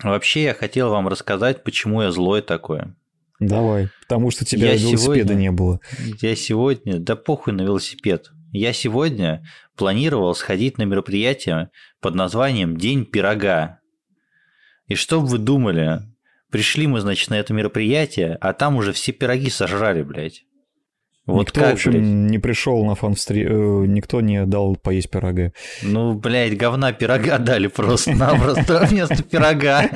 Вообще, я хотел вам рассказать, почему я злой такой. Давай, потому что у тебя велосипеда не было. Я сегодня... Да похуй на велосипед. Я сегодня планировал сходить на мероприятие под названием «День пирога». И что бы вы думали? Пришли мы, значит, на это мероприятие, а там уже все пироги сожрали, блядь. Вот никто, как, в общем, блядь? не пришел на никто не дал поесть пирога. Ну, блядь, говна пирога дали просто-напросто вместо пирога.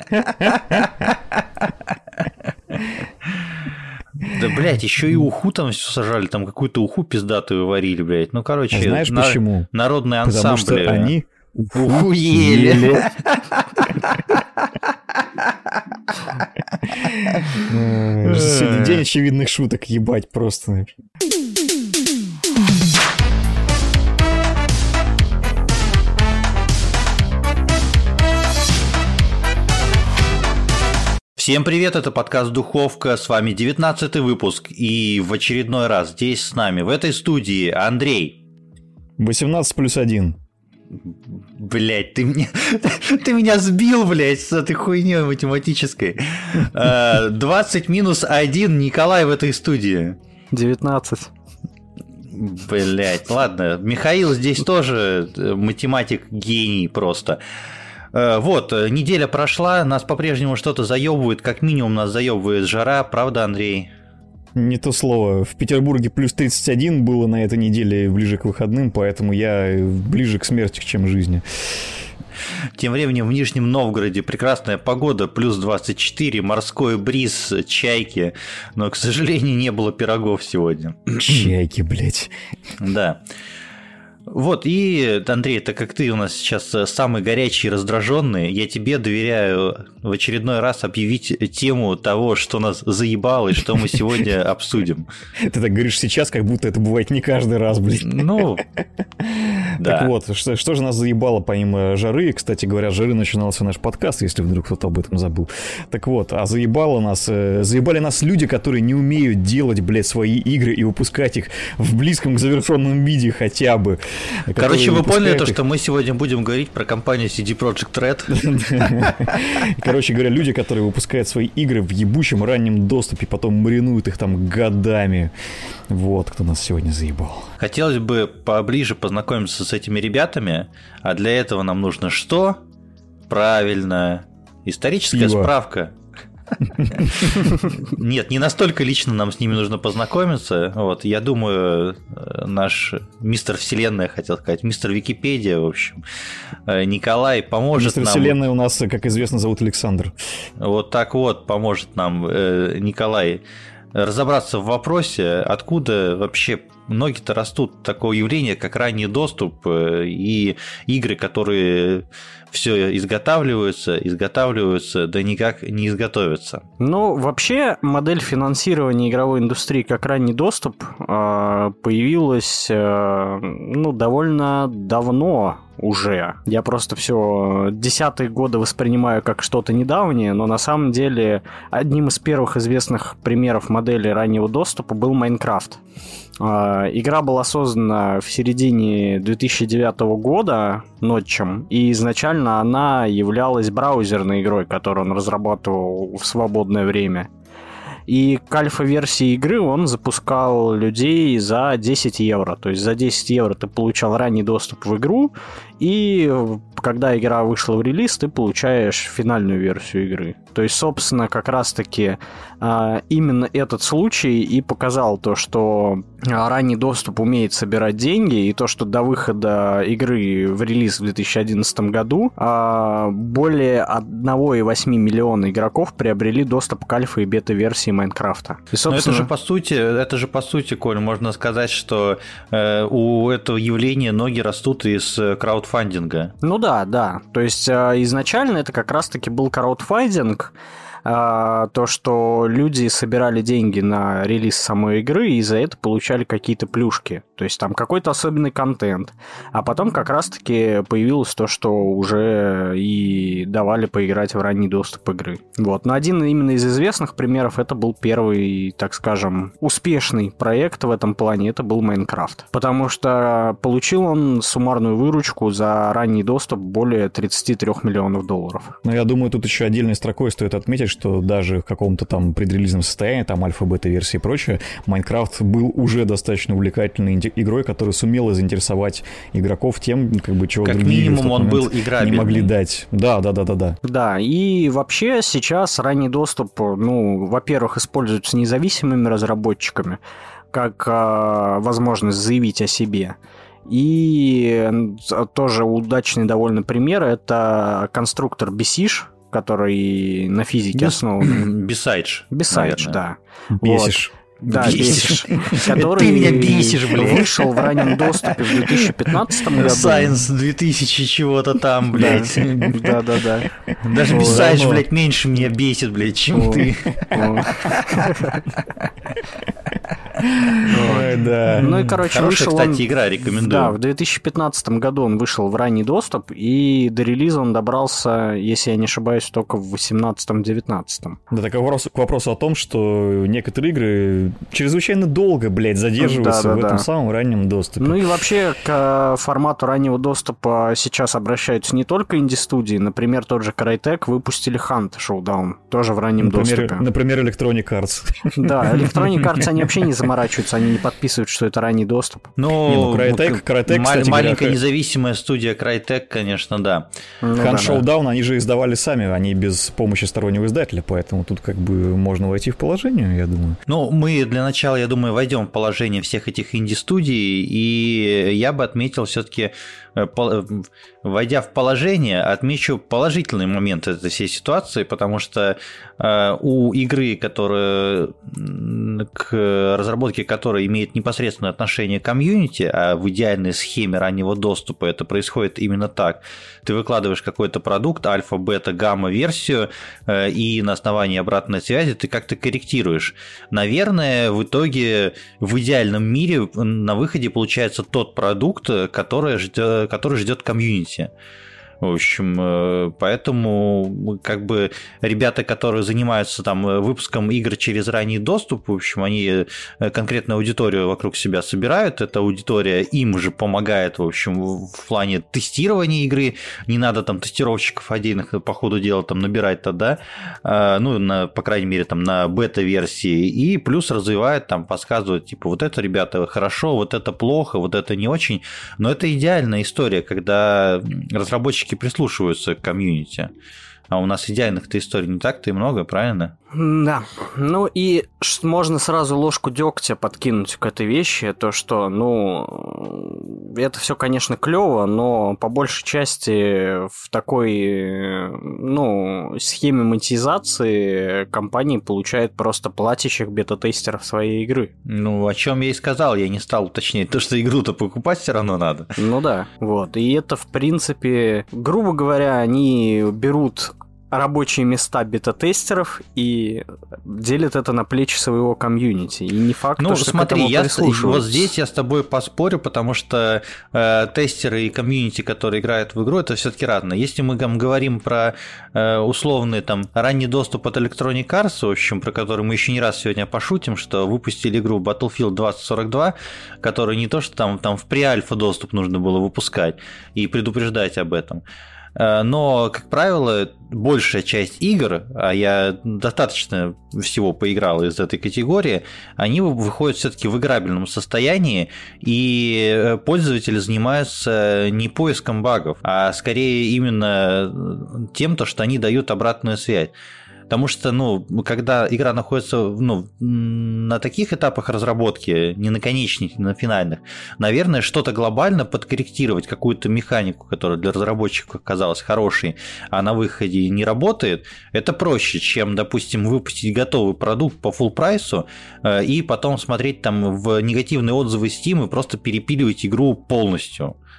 Да, блядь, еще и уху там все сажали, там какую-то уху пиздатую варили, блядь. Ну, короче, а знаешь почему? Народные ансамбли. Потому что они уху ели. Сегодня день очевидных шуток, ебать, просто. Всем привет, это подкаст «Духовка», с вами 19-й выпуск, и в очередной раз здесь с нами, в этой студии, Андрей. 18+1. Блять, ты меня сбил, блять, с этой хуйней математической. 20 минус 1 Николай в этой студии. 19. Блять, ладно, Михаил здесь тоже математик гений просто. Вот, неделя прошла, нас по-прежнему что-то заебывает, как минимум нас заебывает жара, правда, Андрей? Не то слово. В Петербурге плюс 31 было на этой неделе ближе к выходным, поэтому я ближе к смерти, чем жизни. Тем временем в Нижнем Новгороде прекрасная погода, плюс 24, морской бриз, чайки, но, к сожалению, не было пирогов сегодня. Чайки, блядь. Да. Вот, и, Андрей, так как ты у нас сейчас самый горячий и раздраженный, я тебе доверяю в очередной раз объявить тему того, что нас заебало и что мы сегодня обсудим. Ты так говоришь сейчас, как будто это бывает не каждый раз, блин. Ну, да. Так вот, что же нас заебало помимо жары? Кстати говоря, жары начинался наш подкаст, если вдруг кто-то об этом забыл. Так вот, а заебали нас люди, которые не умеют делать, блядь, свои игры и выпускать их в близком к завершенном виде хотя бы. Короче, вы поняли то, что мы сегодня будем говорить про компанию CD Projekt Red? Короче говоря, люди, которые выпускают свои игры в ебучем раннем доступе, потом маринуют их там годами. Вот кто нас сегодня заебал. Хотелось бы поближе познакомиться с этими ребятами, а для этого нам нужно что? Правильно, историческая справка. Нет, не настолько лично нам с ними нужно познакомиться. Вот, я думаю, наш мистер Вселенная, хотел сказать, мистер Википедия, в общем, Николай поможет нам. Мистер Вселенная у нас, как известно, зовут Александр. Вот так вот поможет нам Николай разобраться в вопросе, откуда вообще ноги-то растут такого явления, как ранний доступ и игры, которые все изготавливаются, да никак не изготовятся. Ну, вообще, модель финансирования игровой индустрии как ранний доступ появилась довольно давно уже. Я просто все десятые годы воспринимаю как что-то недавнее, но на самом деле одним из первых известных примеров модели раннего доступа был Майнкрафт. Игра была создана в середине 2009 года Нотчем, и изначально она являлась браузерной игрой, которую он разрабатывал в свободное время. И к альфа-версии игры он запускал людей за 10 евро. То есть за 10 евро ты получал ранний доступ в игру, и когда игра вышла в релиз, ты получаешь финальную версию игры. То есть, собственно, как раз-таки именно этот случай и показал то, что ранний доступ умеет собирать деньги, и то, что до выхода игры в релиз в 2011 году более 1,8 миллиона игроков приобрели доступ к альфа и бета-версии Майнкрафта. И, собственно... Но это же по сути, Коль, можно сказать, что у этого явления ноги растут из краудфандинга. Ну да. То есть изначально это как раз-таки был краудфандинг, то, что люди собирали деньги на релиз самой игры и за это получали какие-то плюшки. То есть там какой-то особенный контент. А потом как раз-таки появилось то, что уже и давали поиграть в ранний доступ игры. Вот. Но один именно из известных примеров это был первый, так скажем, успешный проект в этом плане. Это был Майнкрафт. Потому что получил он суммарную выручку за ранний доступ более 33 миллионов долларов. Но я думаю, тут еще отдельной строкой стоит отметить, что даже в каком-то там предрелизном состоянии, там альфа-бета-версии и прочее, Майнкрафт был уже достаточно увлекательной игрой, которая сумела заинтересовать игроков тем, как бы, чего как другие минимум он был играбельный. Не могли дать. Да. Да, и вообще сейчас ранний доступ, ну, во-первых, используется независимыми разработчиками, как возможность заявить о себе. И тоже удачный довольно пример — это конструктор Besiege, который на физике основан. Besiege, да. Бесишь. Вот. Да, бесишь. Который ты меня бесишь, блядь. Вышел в раннем доступе в 2015 году. Science 2000 чего-то там, блядь. Да. Даже Besiege, блядь, меньше меня бесит, блядь, чем ты. Да. Ну и, короче, хорошая, вышел кстати, он... игра, рекомендую. Да, в 2015 году он вышел в ранний доступ, и до релиза он добрался, если я не ошибаюсь, только в 18-19. Да, так к вопросу о том, что некоторые игры чрезвычайно долго, блядь, задерживаются в этом самом раннем доступе. Ну и вообще к формату раннего доступа сейчас обращаются не только инди-студии, например, тот же Crytek выпустили Hunt Showdown, тоже в раннем доступе. Например, Electronic Arts. Да, Electronic Arts, они вообще не заморачиваются, они не подписывают, что это ранний доступ. Ну, Crytek, кстати, маленькая независимая студия Crytek, конечно, да. Hunt Showdown они же издавали сами, они без помощи стороннего издателя, поэтому тут как бы можно войти в положение, я думаю. Ну, мы для начала, я думаю, войдем в положение всех этих инди-студий, и я бы отметил все-таки, войдя в положение, отмечу положительный момент этой всей ситуации, потому что у игры, которая, к разработке которой имеет непосредственное отношение к комьюнити, а в идеальной схеме раннего доступа это происходит именно так. Ты выкладываешь какой-то продукт, альфа, бета, гамма версию, и на основании обратной связи ты как-то корректируешь. Наверное, в итоге в идеальном мире на выходе получается тот продукт, который ждет комьюнити. В общем, поэтому как бы ребята, которые занимаются там выпуском игр через ранний доступ, в общем, они конкретную аудиторию вокруг себя собирают, эта аудитория им же помогает, в общем, в плане тестирования игры, не надо там тестировщиков отдельных по ходу дела там набирать тогда, ну, по крайней мере, там на бета-версии, и плюс развивают, там, подсказывают, типа, вот это, ребята, хорошо, вот это плохо, вот это не очень, но это идеальная история, когда разработчики прислушиваются к комьюнити. А у нас идеальных-то историй не так-то и много, правильно? Да. Ну и можно сразу ложку дегтя подкинуть к этой вещи, то что, ну, это все, конечно, клево, но по большей части в такой, ну, схеме монетизации компании получают просто платящих бета-тестеров своей игры. Ну, о чем я и сказал, я не стал уточнять, то, что игру-то покупать все равно надо. Ну да, вот. И это, в принципе, грубо говоря, они берут рабочие места бета-тестеров и делят это на плечи своего комьюнити. И не факт, ну, что смотри, к этому прислушиваются. Вот здесь я с тобой поспорю, потому что тестеры и комьюнити, которые играют в игру, это все-таки разное. Если мы там говорим про условный там ранний доступ от Electronic Arts, в общем, про который мы еще не раз сегодня пошутим, что выпустили игру Battlefield 2042, которую не то, что там в pre-альфа доступ нужно было выпускать и предупреждать об этом. Но, как правило, большая часть игр, а я достаточно всего поиграл из этой категории, они выходят все-таки в играбельном состоянии, и пользователи занимаются не поиском багов, а скорее именно тем, что они дают обратную связь. Потому что, ну, когда игра находится, ну, на таких этапах разработки, не на конечных, не на финальных, наверное, что-то глобально подкорректировать, какую-то механику, которая для разработчиков казалась хорошей, а на выходе не работает, это проще, чем, допустим, выпустить готовый продукт по full прайсу и потом смотреть там в негативные отзывы Steam и просто перепиливать игру полностью.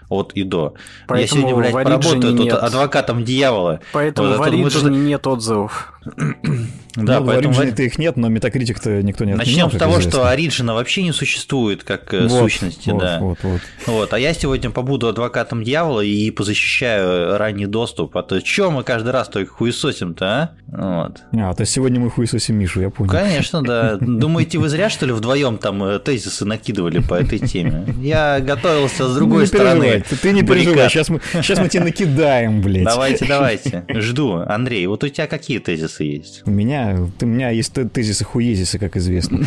от и до. Поэтому я сегодня, блядь, поработаю тут адвокатом дьявола. Поэтому в Origin нет отзывов. Да, поэтому в Origin-то их нет, но Metacritic-то никто не отменял. Начнем с того, что Origin вообще не существует как сущности, да. Вот. А я сегодня побуду адвокатом дьявола и позащищаю ранний доступ. А то чё мы каждый раз только хуесосим-то, а? Вот. То сегодня мы хуесосим Мишу, я понял. Конечно, да. Думаете, вы зря, что ли, вдвоем там тезисы накидывали по этой теме? Я готовился с другой стороны. Ты не переживай, сейчас мы тебе накидаем, блядь. Давайте. Жду. Андрей, вот у тебя какие тезисы есть? У меня есть тезисы-хуезисы, как известно.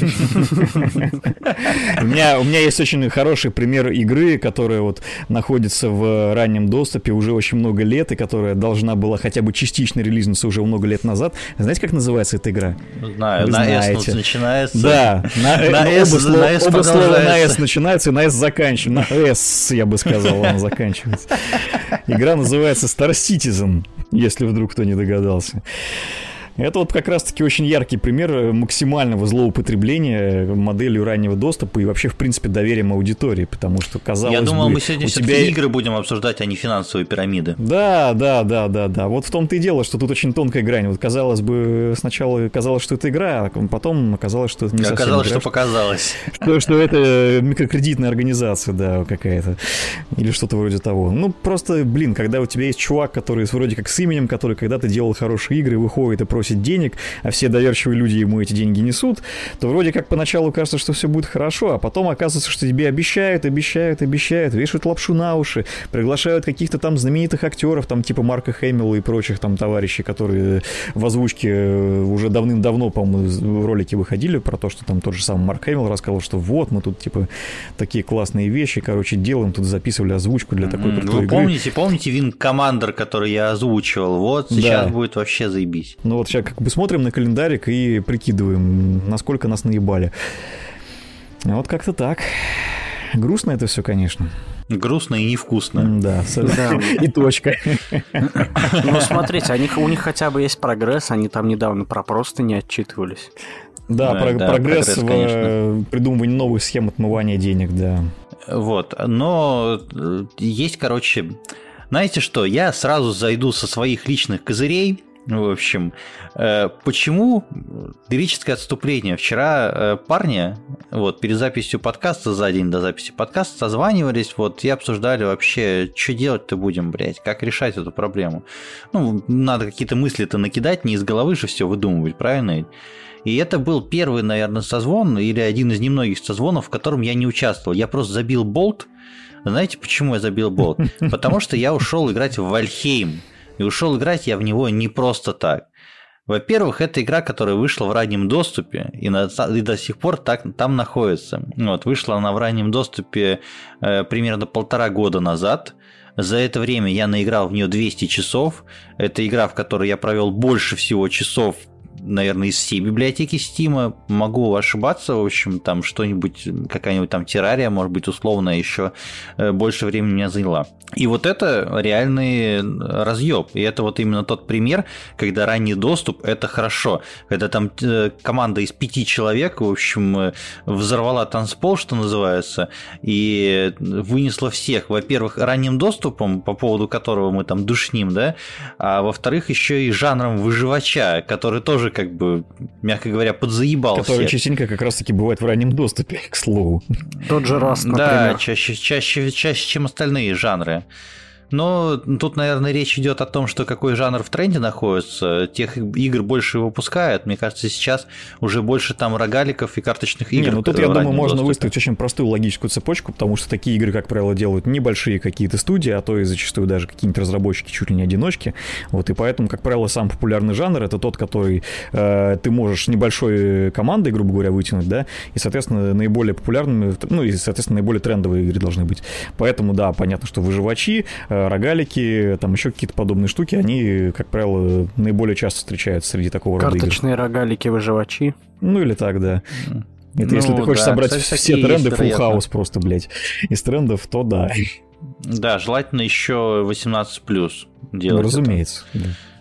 У меня есть очень хороший пример игры, которая вот находится в раннем доступе уже очень много лет, и которая должна была хотя бы частично релизнуться уже много лет назад. Знаете, как называется эта игра? Знаю, на S начинается. Да, оба слова на S начинаются и на S заканчиваются. На S, я бы сказал, он заканчивается. Игра называется Star Citizen, если вдруг кто не догадался. Это вот как раз-таки очень яркий пример максимального злоупотребления моделью раннего доступа и вообще, в принципе, доверием аудитории, потому что, казалось бы... Я думал, мы сегодня все-таки игры будем обсуждать, а не финансовые пирамиды. Да. Вот в том-то и дело, что тут очень тонкая грань. Вот, казалось бы, сначала казалось, что это игра, а потом оказалось, что это не совсем игра. Оказалось, что показалось. Что это микрокредитная организация, да, какая-то. Или что-то вроде того. Ну, просто, блин, когда у тебя есть чувак, который вроде как с именем, который когда-то делал хорошие игры, выходит и просит денег, а все доверчивые люди ему эти деньги несут, то вроде как поначалу кажется, что все будет хорошо, а потом оказывается, что тебе обещают, вешают лапшу на уши, приглашают каких-то там знаменитых актеров, там типа Марка Хэмилла и прочих там товарищей, которые в озвучке уже давным-давно, по-моему, ролики выходили про то, что там тот же самый Марк Хэмилл рассказывал, что вот мы тут типа такие классные вещи, короче, делаем, тут записывали озвучку для такой крутой игры. Вы помните Wing Commander, который я озвучивал? Вот сейчас будет вообще заебись. Ну вот сейчас как бы смотрим на календарик и прикидываем, насколько нас наебали. Вот как-то так. Грустно это все, конечно. Грустно и невкусно. Да. И точка. Ну, смотрите, у них хотя бы есть прогресс, они там недавно про просто не отчитывались. Да, прогресс в придумывании новых схем отмывания денег, да. Вот, но есть, короче... Знаете что, я сразу зайду со своих личных козырей. В общем, почему лирическое отступление? Вчера парни перед записью подкаста, за день до записи подкаста, созванивались и обсуждали вообще, что делать-то будем, блядь, как решать эту проблему. Ну, надо какие-то мысли-то накидать, не из головы же все выдумывать, правильно? И это был первый, наверное, созвон, или один из немногих созвонов, в котором я не участвовал. Я просто забил болт. Знаете, почему я забил болт? Потому что я ушел играть в Вальхейм. И ушел играть я в него не просто так. Во-первых, это игра, которая вышла в раннем доступе и до сих пор там находится. Вышла она в раннем доступе примерно 1,5 года назад. За это время я наиграл в нее 200 часов. Это игра, в которой я провел больше всего часов, наверное, из всей библиотеки Steam. Могу ошибаться, в общем, там что-нибудь, какая-нибудь там террария, может быть, условно, еще больше времени меня заняла. И вот это реальный разъеб. И это именно тот пример, когда ранний доступ – это хорошо. Когда там команда из 5 человек, в общем, взорвала танцпол, что называется, и вынесла всех. Во-первых, ранним доступом, по поводу которого мы там душним, да, а во-вторых, еще и жанром выживача, который тоже, как бы, мягко говоря, подзаебал всех. Который частенько как раз-таки бывает в раннем доступе, к слову. Тот же раз, например. Да, чаще, чем остальные жанры. Но тут, наверное, речь идет о том, что какой жанр в тренде находится, тех игр больше выпускают. Мне кажется, сейчас уже больше там рогаликов и карточных игр. Тут, я думаю, можно выстроить очень простую логическую цепочку, потому что такие игры, как правило, делают небольшие какие-то студии, а то и зачастую даже какие-нибудь разработчики чуть ли не одиночки. И поэтому, как правило, самый популярный жанр — это тот, который ты можешь небольшой командой, грубо говоря, вытянуть, да, и, соответственно, наиболее популярными, и, соответственно, наиболее трендовые игры должны быть. Поэтому, да, понятно, что выживачи, рогалики, там еще какие-то подобные штуки, они, как правило, наиболее часто встречаются среди такого рода игр. Карточные рогалики-выживачи. Ну или так, да. Это если ты хочешь собрать все тренды Full House просто, блядь, из трендов, то да. Да, желательно еще 18+ делать. Разумеется. Да.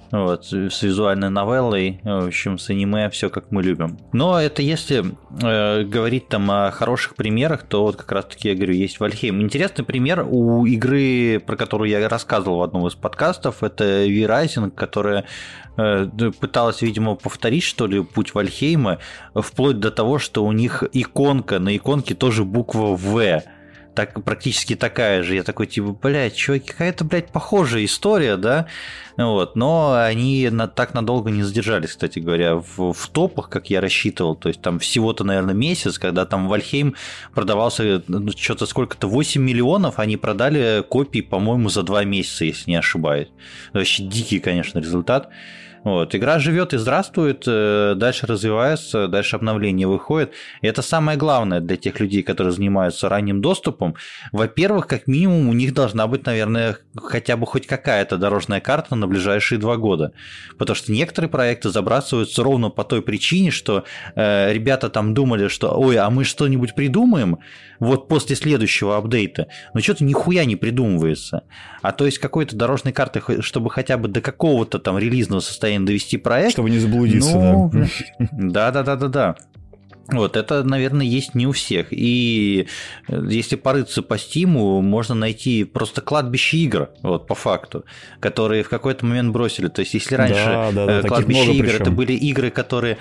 Вот, с визуальной новеллой, в общем, с аниме, все как мы любим. Но это если говорить там о хороших примерах, то вот как раз-таки я говорю, есть Valheim. Интересный пример у игры, про которую я рассказывал в одном из подкастов, это V-Rising, которая пыталась, видимо, повторить, что ли, путь Вальхейма, вплоть до того, что у них иконка, на иконке тоже буква «В». Так, практически такая же. Я такой, типа, блядь, чуваки, какая-то, блядь, похожая история, да? Вот. Но они так надолго не задержались, кстати говоря, в топах, как я рассчитывал. То есть там всего-то, наверное, месяц, когда там Вальхейм продавался что-то сколько-то, 8 миллионов, они продали копии, по-моему, за 2 месяца, если не ошибаюсь. Вообще дикий, конечно, результат. Вот. Игра живет и здравствует, дальше развивается, дальше обновление выходит. И это самое главное для тех людей, которые занимаются ранним доступом. Во-первых, как минимум, у них должна быть, наверное, хотя бы хоть какая-то дорожная карта на ближайшие 2 года. Потому что некоторые проекты забрасываются ровно по той причине, что ребята там думали, что ой, а мы что-нибудь придумаем вот после следующего апдейта. Но что-то нихуя не придумывается. А то есть какой-то дорожной карты, чтобы хотя бы до какого-то там релизного состояния довести проект. Чтобы не заблудиться, да. Да. Вот, это, наверное, есть не у всех. И если порыться по Стиму, можно найти просто кладбище игр, вот, по факту, которые в какой-то момент бросили. То есть, если раньше кладбище игр это были игры,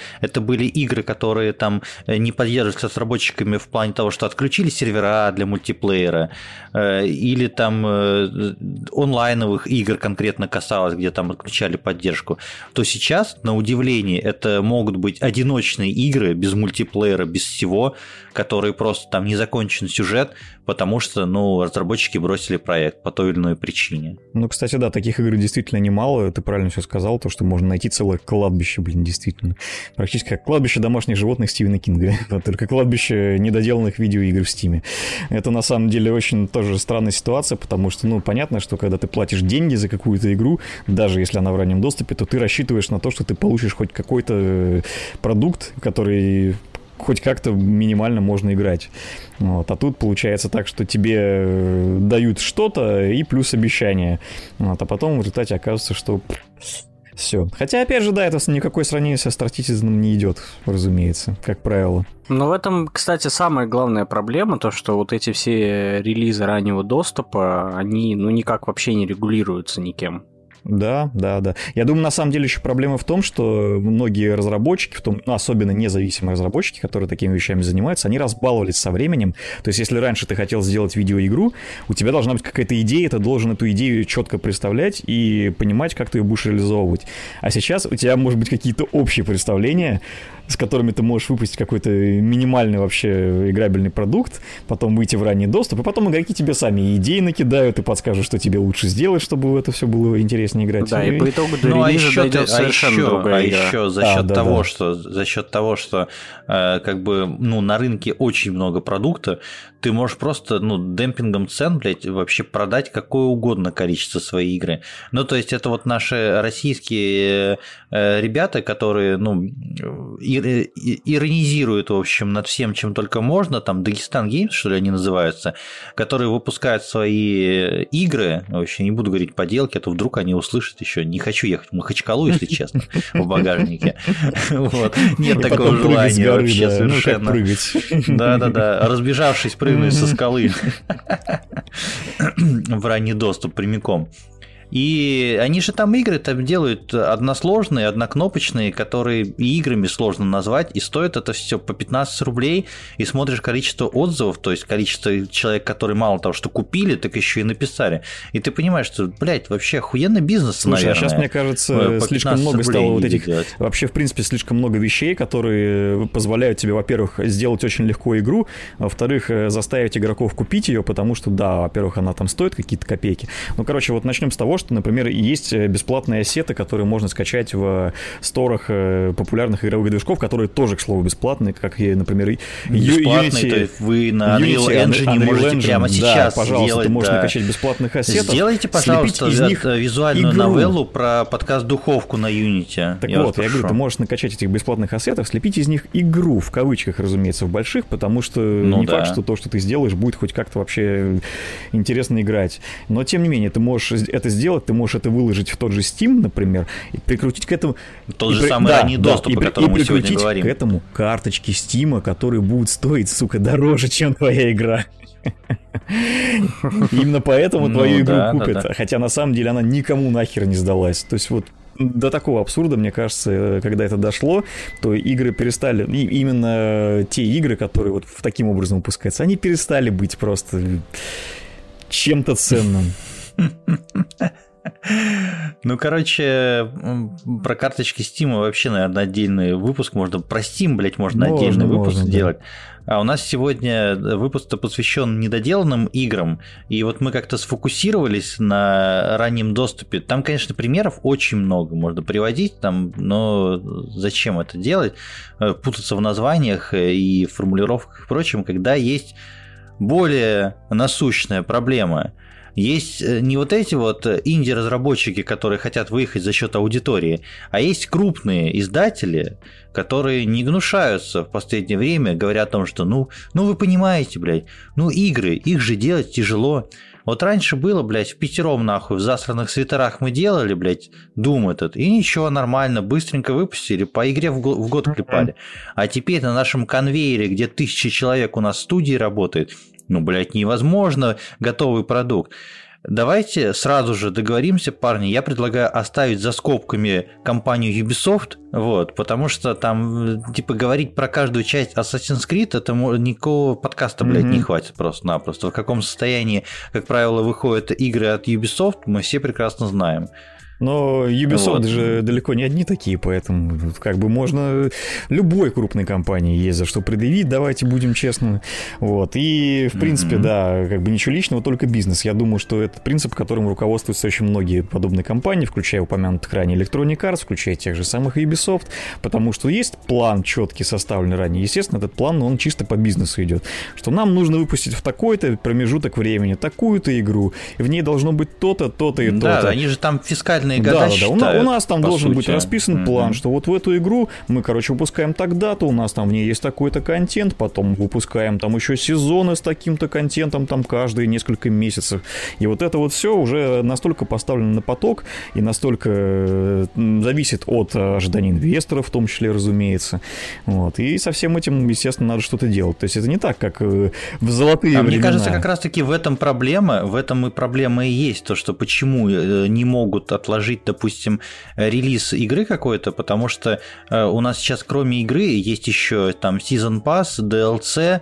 которые там не поддерживались разработчиками в плане того, что отключили сервера для мультиплеера, или там онлайновых игр конкретно касалось, где там отключали поддержку, то сейчас, на удивление, это могут быть одиночные игры без мультиплеера, без всего, которые просто там не закончен сюжет, потому что, разработчики бросили проект по той или иной причине. Кстати, да, таких игр действительно немало, ты правильно все сказал, то, что можно найти целое кладбище, действительно. Практически как кладбище домашних животных Стивена Кинга, только кладбище недоделанных видеоигр в Стиме. Это, на самом деле, очень тоже странная ситуация, потому что, понятно, что когда ты платишь деньги за какую-то игру, даже если она в раннем доступе, то ты рассчитываешь на то, что ты получишь хоть какой-то продукт, который хоть как-то минимально можно играть. Вот. А тут получается так, что тебе дают что-то и плюс обещание. Вот. А потом в результате оказывается, что все. Хотя, опять же, да, это никакое сравнение со Star Citizen не идет, разумеется, как правило. Но в этом, кстати, самая главная проблема, то, что вот эти все релизы раннего доступа, они, никак вообще не регулируются никем. Да. Я думаю, на самом деле еще проблема в том, что многие разработчики, особенно независимые разработчики, которые такими вещами занимаются, они разбаловались со временем. То есть, если раньше ты хотел сделать видеоигру, у тебя должна быть какая-то идея, ты должен эту идею четко представлять и понимать, как ты ее будешь реализовывать. А сейчас у тебя, может быть, какие-то общие представления, с которыми ты можешь выпустить какой-то минимальный вообще играбельный продукт, потом выйти в ранний доступ, и потом игроки тебе сами идеи накидают и подскажут, что тебе лучше сделать, чтобы это все было интереснее играть. Да, и по итогу до релиза дойдет совершенно другая игра. А еще за счет того, что как бы, на рынке очень много продукта, ты можешь просто, демпингом цен, блядь, вообще продать какое угодно количество своей игры. То есть это вот наши российские ребята, которые, иронизируют, в общем, над всем, чем только можно, там Дагестан Геймс, что ли, они называются, которые выпускают свои игры, вообще не буду говорить поделки, а то вдруг они услышат еще, не хочу ехать в Махачкалу, если честно, в багажнике. Нет такого желания вообще совершенно. Да, разбежавшись, прыгнуть со скалы в ранний доступ прямиком. И они же там игры делают односложные, однокнопочные, которые и играми сложно назвать, и стоит это все по 15 рублей, и смотришь количество отзывов, то есть количество человек, которые мало того, что купили, так еще и написали. И ты понимаешь, что, блядь, вообще охуенный бизнес, слушай, наверное. А сейчас, мне кажется, слишком много стало вот этих... Делать. Вообще, в принципе, слишком много вещей, которые позволяют тебе, во-первых, сделать очень легко игру, во-вторых, заставить игроков купить ее, потому что, да, во-первых, она там стоит какие-то копейки. Вот начнем с того, что, например, есть бесплатные ассеты, которые можно скачать в сторах популярных игровых движков, которые тоже, к слову, бесплатные, как, например, бесплатные, Unity. То есть вы на Unreal Engine можете прямо сейчас пожалуйста, сделать. Ты можешь накачать бесплатных ассетов. Сделайте, пожалуйста, из них визуальную новеллу про подкаст-духовку на Unity. Так я говорю, ты можешь накачать этих бесплатных ассетов, слепить из них игру, в кавычках, разумеется, в больших, потому что факт, что то, что ты сделаешь, будет хоть как-то вообще интересно играть. Но, тем не менее, ты можешь это сделать, сделать, ты можешь это выложить в тот же Steam, например, и прикрутить к этому... Тот же самый ранний доступ, о котором мы сегодня говорим. И прикрутить к этому карточки Steam, которые будут стоить, сука, дороже, чем твоя игра. Именно поэтому твою игру купят. Хотя на самом деле она никому нахер не сдалась. То есть вот до такого абсурда, мне кажется, когда это дошло, то игры перестали... Именно те игры, которые вот таким образом выпускаются, они перестали быть просто чем-то ценным. Ну, короче, про карточки Steam вообще, наверное, отдельный выпуск можно... Про Steam, блядь, можно отдельный выпуск сделать. Да. А у нас сегодня выпуск-то посвящен недоделанным играм. И вот мы как-то сфокусировались на раннем доступе. Там, конечно, примеров очень много можно приводить, там, но зачем это делать? Путаться в названиях и формулировках и прочем, когда есть более насущная проблема. Есть не вот эти вот инди-разработчики, которые хотят выехать за счет аудитории, а есть крупные издатели, которые не гнушаются в последнее время, говоря о том, что ну вы понимаете, блядь, игры, их же делать тяжело. Вот раньше было, блядь, впятером нахуй в засранных свитерах мы делали, блядь, Doom этот, и ничего, нормально, быстренько выпустили, по игре в год клепали. А теперь на нашем конвейере, где 1000 человек у нас в студии работает, блядь, невозможно готовый продукт. Давайте сразу же договоримся, парни. Я предлагаю оставить за скобками компанию Ubisoft, вот, потому что там, типа, говорить про каждую часть Assassin's Creed, это никакого подкаста, блядь, не хватит просто-напросто. В каком состоянии, как правило, выходят игры от Ubisoft, мы все прекрасно знаем. Но Ubisoft же далеко не одни такие, поэтому как бы можно любой крупной компании есть за что предъявить, давайте будем честны. Вот. И, в принципе, да, как бы ничего личного, только бизнес. Я думаю, что это принцип, которым руководствуются очень многие подобные компании, включая упомянутых ранее Electronic Arts, включая тех же самых Ubisoft, потому что есть план четкий, составленный ранее. Естественно, этот план, он чисто по бизнесу идет. Что нам нужно выпустить в такой-то промежуток времени такую-то игру, и в ней должно быть то-то, то-то и то-то. Да, они же там фискальные года считают, у нас там должен быть расписан план, что вот в эту игру мы, выпускаем так-то, у нас там в ней есть такой-то контент, потом выпускаем там еще сезоны с таким-то контентом там каждые несколько месяцев. И вот это вот все уже настолько поставлено на поток и настолько зависит от ожиданий инвесторов, в том числе, разумеется. Вот. И со всем этим, естественно, надо что-то делать. То есть это не так, как в золотые времена. Мне кажется, как раз-таки в этом и проблема и есть, то, что почему не могут отложить, допустим, релиз игры какой-то, потому что у нас сейчас кроме игры есть еще там Season Pass, DLC,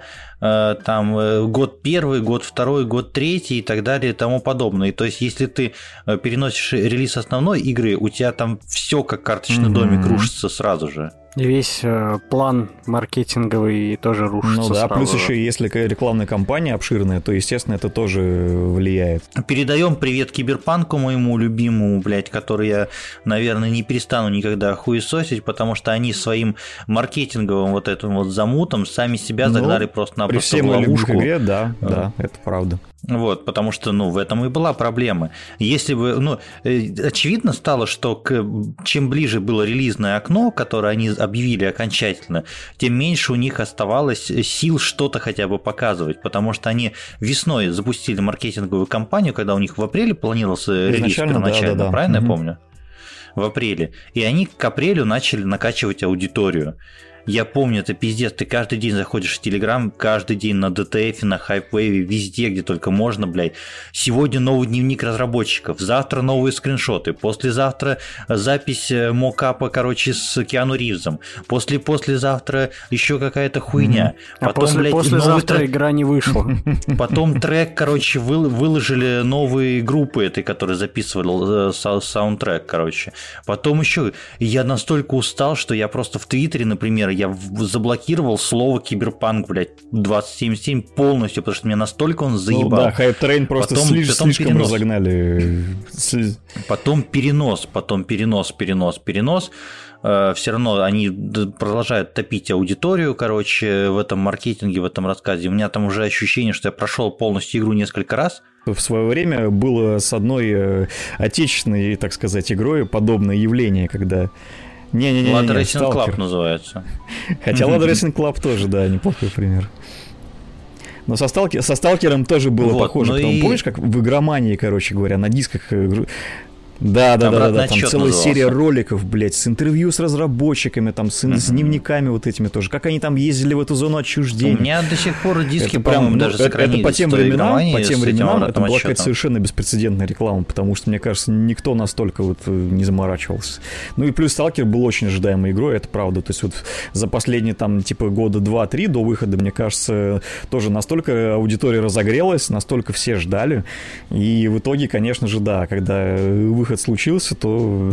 там год первый, год второй, год третий и так далее и тому подобное. И то есть, если ты переносишь релиз основной игры, у тебя там все как карточный домик рушится сразу же. И весь план маркетинговый тоже рушится. Ну да, сразу. Плюс еще если рекламная кампания обширная, то, естественно, это тоже влияет. Передаем привет Киберпанку, моему любимому, блядь, который я, наверное, не перестану никогда хуесосить, потому что они своим маркетинговым вот этим вот замутом сами себя загнали просто-напросто в ловушку. При всей игре, да, это правда. Вот, потому что, в этом и была проблема. Если бы, очевидно стало, что чем ближе было релизное окно, которое они объявили окончательно, тем меньше у них оставалось сил что-то хотя бы показывать, потому что они весной запустили маркетинговую кампанию, когда у них в апреле планировался релиз первоначально, да. Правильно я помню? В апреле. И они к апрелю начали накачивать аудиторию. Я помню, это пиздец, ты каждый день заходишь в Телеграм, каждый день на DTF, на Hypewave, везде, где только можно, блядь. Сегодня новый дневник разработчиков, завтра новые скриншоты, послезавтра запись мокапа, с Киану Ривзом, послезавтра еще какая-то хуйня. Потом, послезавтра игра не вышла. Потом трек, выложили новые группы этой, которые записывали саундтрек, Потом еще, я настолько устал, что я просто в Твиттере, например, я заблокировал слово Киберпанк, блядь, 2077 полностью, потому что меня настолько он заебал. Да, хайп-трейн просто слишком разогнали. Потом перенос. Все равно они продолжают топить аудиторию, в этом маркетинге, в этом рассказе. У меня там уже ощущение, что я прошел полностью игру несколько раз. В свое время было с одной отечественной, так сказать, игрой подобное явление, когда... Ladder Racing Club называется. Хотя Ladder Racing Club тоже, да, неплохой пример. Но со Сталкером тоже было вот, похоже. Потому, помнишь, как в Игромании, короче говоря, на дисках... Да, там целая серия роликов, блядь, с интервью с разработчиками, там, с дневниками вот этими тоже. Как они там ездили в эту зону отчуждения. У меня до сих пор диски, по-моему, даже сохранились. Это по тем временам это была какая-то совершенно беспрецедентная реклама, потому что, мне кажется, никто настолько вот не заморачивался. Ну и плюс Сталкер был очень ожидаемой игрой, это правда. То есть вот за последние там типа года 2-3 до выхода, мне кажется, тоже настолько аудитория разогрелась, настолько все ждали. И в итоге, конечно же, да, когда выход случился, то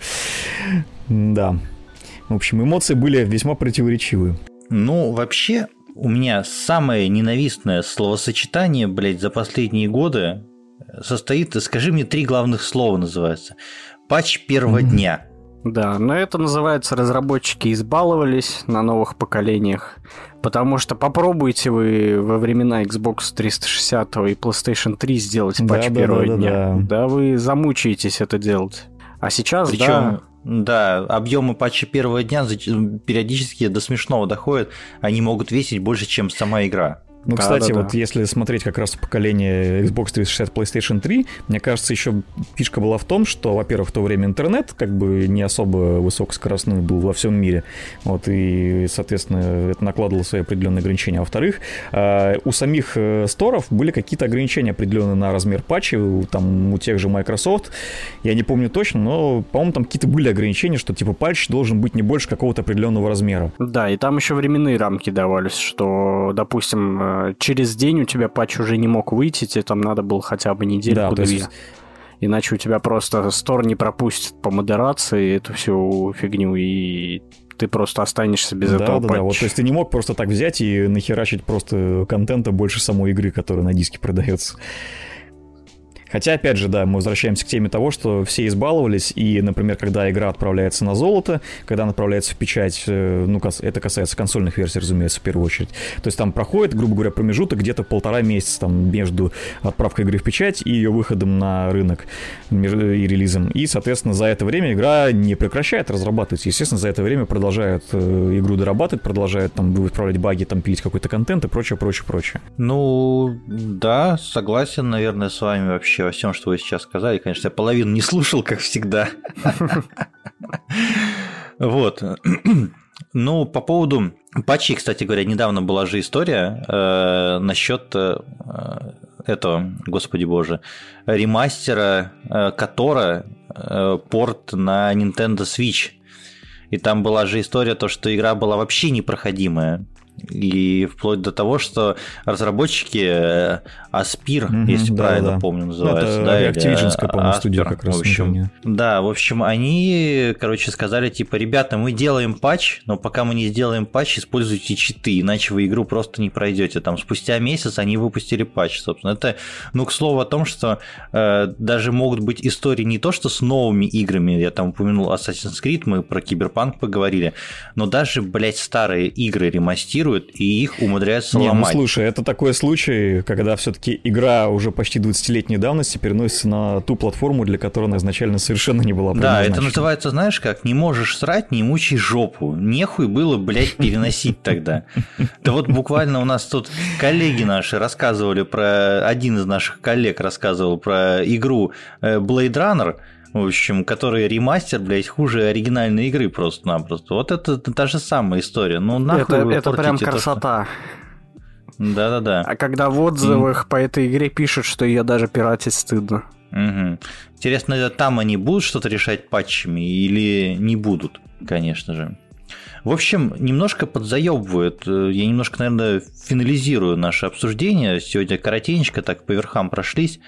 да. В общем, эмоции были весьма противоречивые. Ну, вообще, у меня самое ненавистное словосочетание, блядь, за последние годы состоит, скажи мне 3 главных слова называется. Патч первого дня. Да, но это называется, разработчики избаловались на новых поколениях, потому что попробуйте вы во времена Xbox 360 и PlayStation 3 сделать патч первого дня. Да, вы замучаетесь это делать. А сейчас, причем, да, объемы патча первого дня периодически до смешного доходят, они могут весить больше, чем сама игра. Ну, кстати, вот если смотреть как раз поколение Xbox 360, PlayStation 3, мне кажется, еще фишка была в том, что, во-первых, в то время интернет как бы не особо высокоскоростной был во всем мире, вот, и, соответственно, это накладывало свои определенные ограничения. А во-вторых, у самих сторов были какие-то ограничения определенные на размер патчей, там, у тех же Microsoft, я не помню точно, но, по-моему, там какие-то были ограничения, что, типа, патч должен быть не больше какого-то определенного размера. Да, и там еще временные рамки давались, что, допустим, через день у тебя патч уже не мог выйти, тебе там надо было хотя бы недельку-две. Есть... Иначе у тебя просто стор не пропустит по модерации эту всю фигню, и ты просто останешься без этого патча. Да, вот, то есть ты не мог просто так взять и нахерачить просто контента больше самой игры, которая на диске продается. Хотя, опять же, да, мы возвращаемся к теме того, что все избаловались, и, например, когда игра отправляется на золото, когда она отправляется в печать, ну, это касается консольных версий, разумеется, в первую очередь, то есть там проходит, грубо говоря, промежуток где-то 1,5 месяца там между отправкой игры в печать и ее выходом на рынок и релизом, и, соответственно, за это время игра не прекращает разрабатываться, естественно, за это время продолжают игру дорабатывать, продолжают там исправлять баги, там пилить какой-то контент и прочее. Ну, да, согласен, наверное, с вами вообще во всем, что вы сейчас сказали. Конечно, я половину не слушал, как всегда. Вот. Ну, по поводу патчей, кстати говоря, недавно была же история насчет этого, господи боже, ремастера Котора, порт на Nintendo Switch. И там была же история, то, что игра была вообще непроходимая. И вплоть до того, что разработчики Аспир, если правильно помню, называется. Это Activision-ская, по-моему, студия как раз. В общем, они, короче, сказали, типа, ребята, мы делаем патч, но пока мы не сделаем патч, используйте читы, иначе вы игру просто не пройдете. Там спустя месяц они выпустили патч, собственно. Это, ну, к слову о том, что даже могут быть истории не то, что с новыми играми, я там упомянул Assassin's Creed, мы про Киберпанк поговорили, но даже, блядь, старые игры ремастируют, и их умудряются ломать. Ну, слушай, это такой случай, когда все-таки игра уже почти 20-летней давности переносится на ту платформу, для которой она изначально совершенно не была предназначена. Да, это называется, знаешь как, не можешь срать, не мучай жопу. Нехуй было, блядь, переносить тогда. Да вот буквально у нас тут коллеги наши рассказывали про... Один из наших коллег рассказывал про игру Blade Runner, в общем, который ремастер, блядь, хуже оригинальной игры просто-напросто. Вот это та же самая история. Ну, нахуй вы это прям красота. Да-да-да. А когда в отзывах по этой игре пишут, что ее даже пиратить стыдно. Угу. Интересно, там они будут что-то решать патчами или не будут, конечно же. В общем, немножко подзаебывают. Я немножко, наверное, финализирую наше обсуждение. Сегодня коротенько так по верхам прошлись.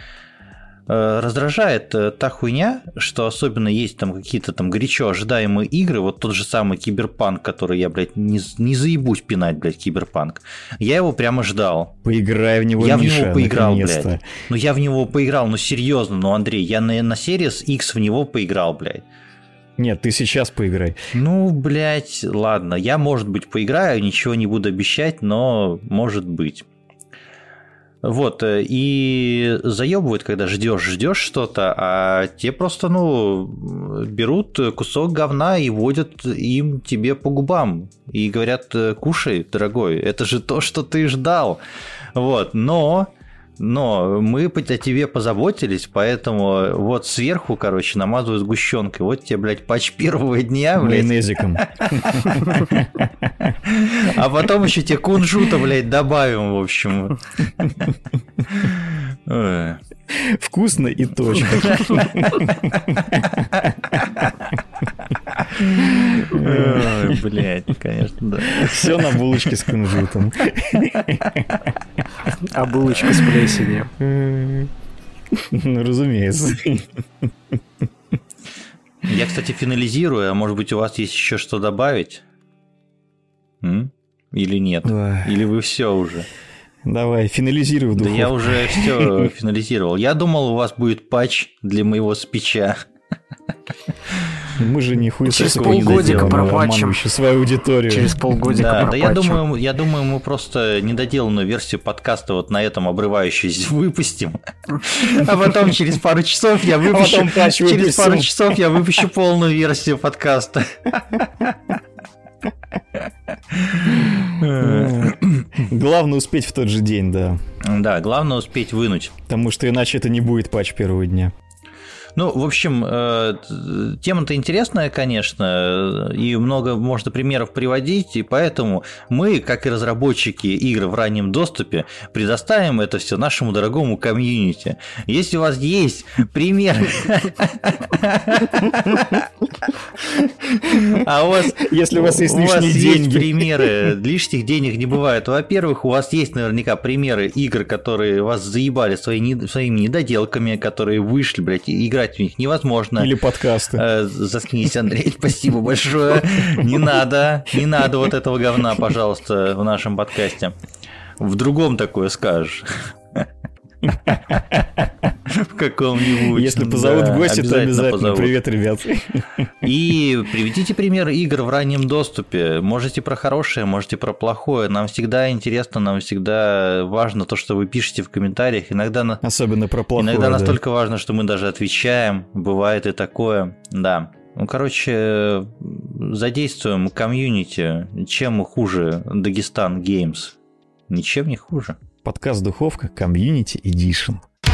Раздражает та хуйня, что особенно есть там какие-то там горячо ожидаемые игры, вот тот же самый Киберпанк, который я, блядь, не заебусь пинать, блядь, Киберпанк. Я его прямо ждал. Поиграй в него, я Миша, в него поиграл, блядь. Ну, я в него поиграл, ну, серьезно, ну, Андрей, я на Series X в него поиграл, блядь. Нет, ты сейчас поиграй. Ну, блядь, ладно, я, может быть, поиграю, ничего не буду обещать, но может быть. Вот, и заебывают, когда ждешь что-то, а те просто, берут кусок говна и водят им тебе по губам. И говорят, кушай, дорогой, это же то, что ты ждал. Вот, но мы о тебе позаботились, поэтому вот сверху, намазываю сгущенкой. Вот тебе, блядь, патч первого дня, блядь. Майонезиком. А потом еще тебе кунжута, блядь, добавим, в общем. Вкусно и точно. Блядь, конечно, да. Все на булочке с кунжутом. А булочка с плесенью. Ну, разумеется. Я, кстати, финализирую, а может быть, у вас есть еще что добавить? Или нет? Или вы все уже? Давай, финализируй в духовку. Да я уже все финализировал. Я думал, у вас будет патч для моего спича. Мы же нихуя через полгодика пропатчим свою аудиторию. Через полгодика пропатчим. Да, я думаю, мы просто недоделанную версию подкаста вот на этом обрывающуюся выпустим. А потом через пару часов я выпущу полную версию подкаста. Главное успеть в тот же день, да. Да, главное успеть вынуть. Потому что иначе это не будет патч первого дня. Ну, в общем, тема-то интересная, конечно, и много можно примеров приводить, и поэтому мы, как и разработчики игр в раннем доступе, предоставим это все нашему дорогому комьюнити. Если у вас есть примеры... Если у вас есть лишние деньги. Примеры, лишних денег не бывает. Во-первых, у вас есть наверняка примеры игр, которые вас заебали своими недоделками, которые вышли, блядь, играть в них невозможно. Или подкасты. Заткнись, Андрей, спасибо большое. Не надо вот этого говна, пожалуйста, в нашем подкасте. В другом такое скажешь. В каком-нибудь. Если позовут в гости, то обязательно. Привет, ребят. И приведите пример игр в раннем доступе. Можете про хорошее, можете про плохое. Нам всегда интересно, нам всегда важно то, что вы пишете в комментариях. Особенно про плохое. Иногда настолько важно, что мы даже отвечаем. Бывает и такое. Да. Задействуем комьюнити. Чем хуже Дагестан Геймс? Ничем не хуже. Подкаст «Духовка», Community Edition.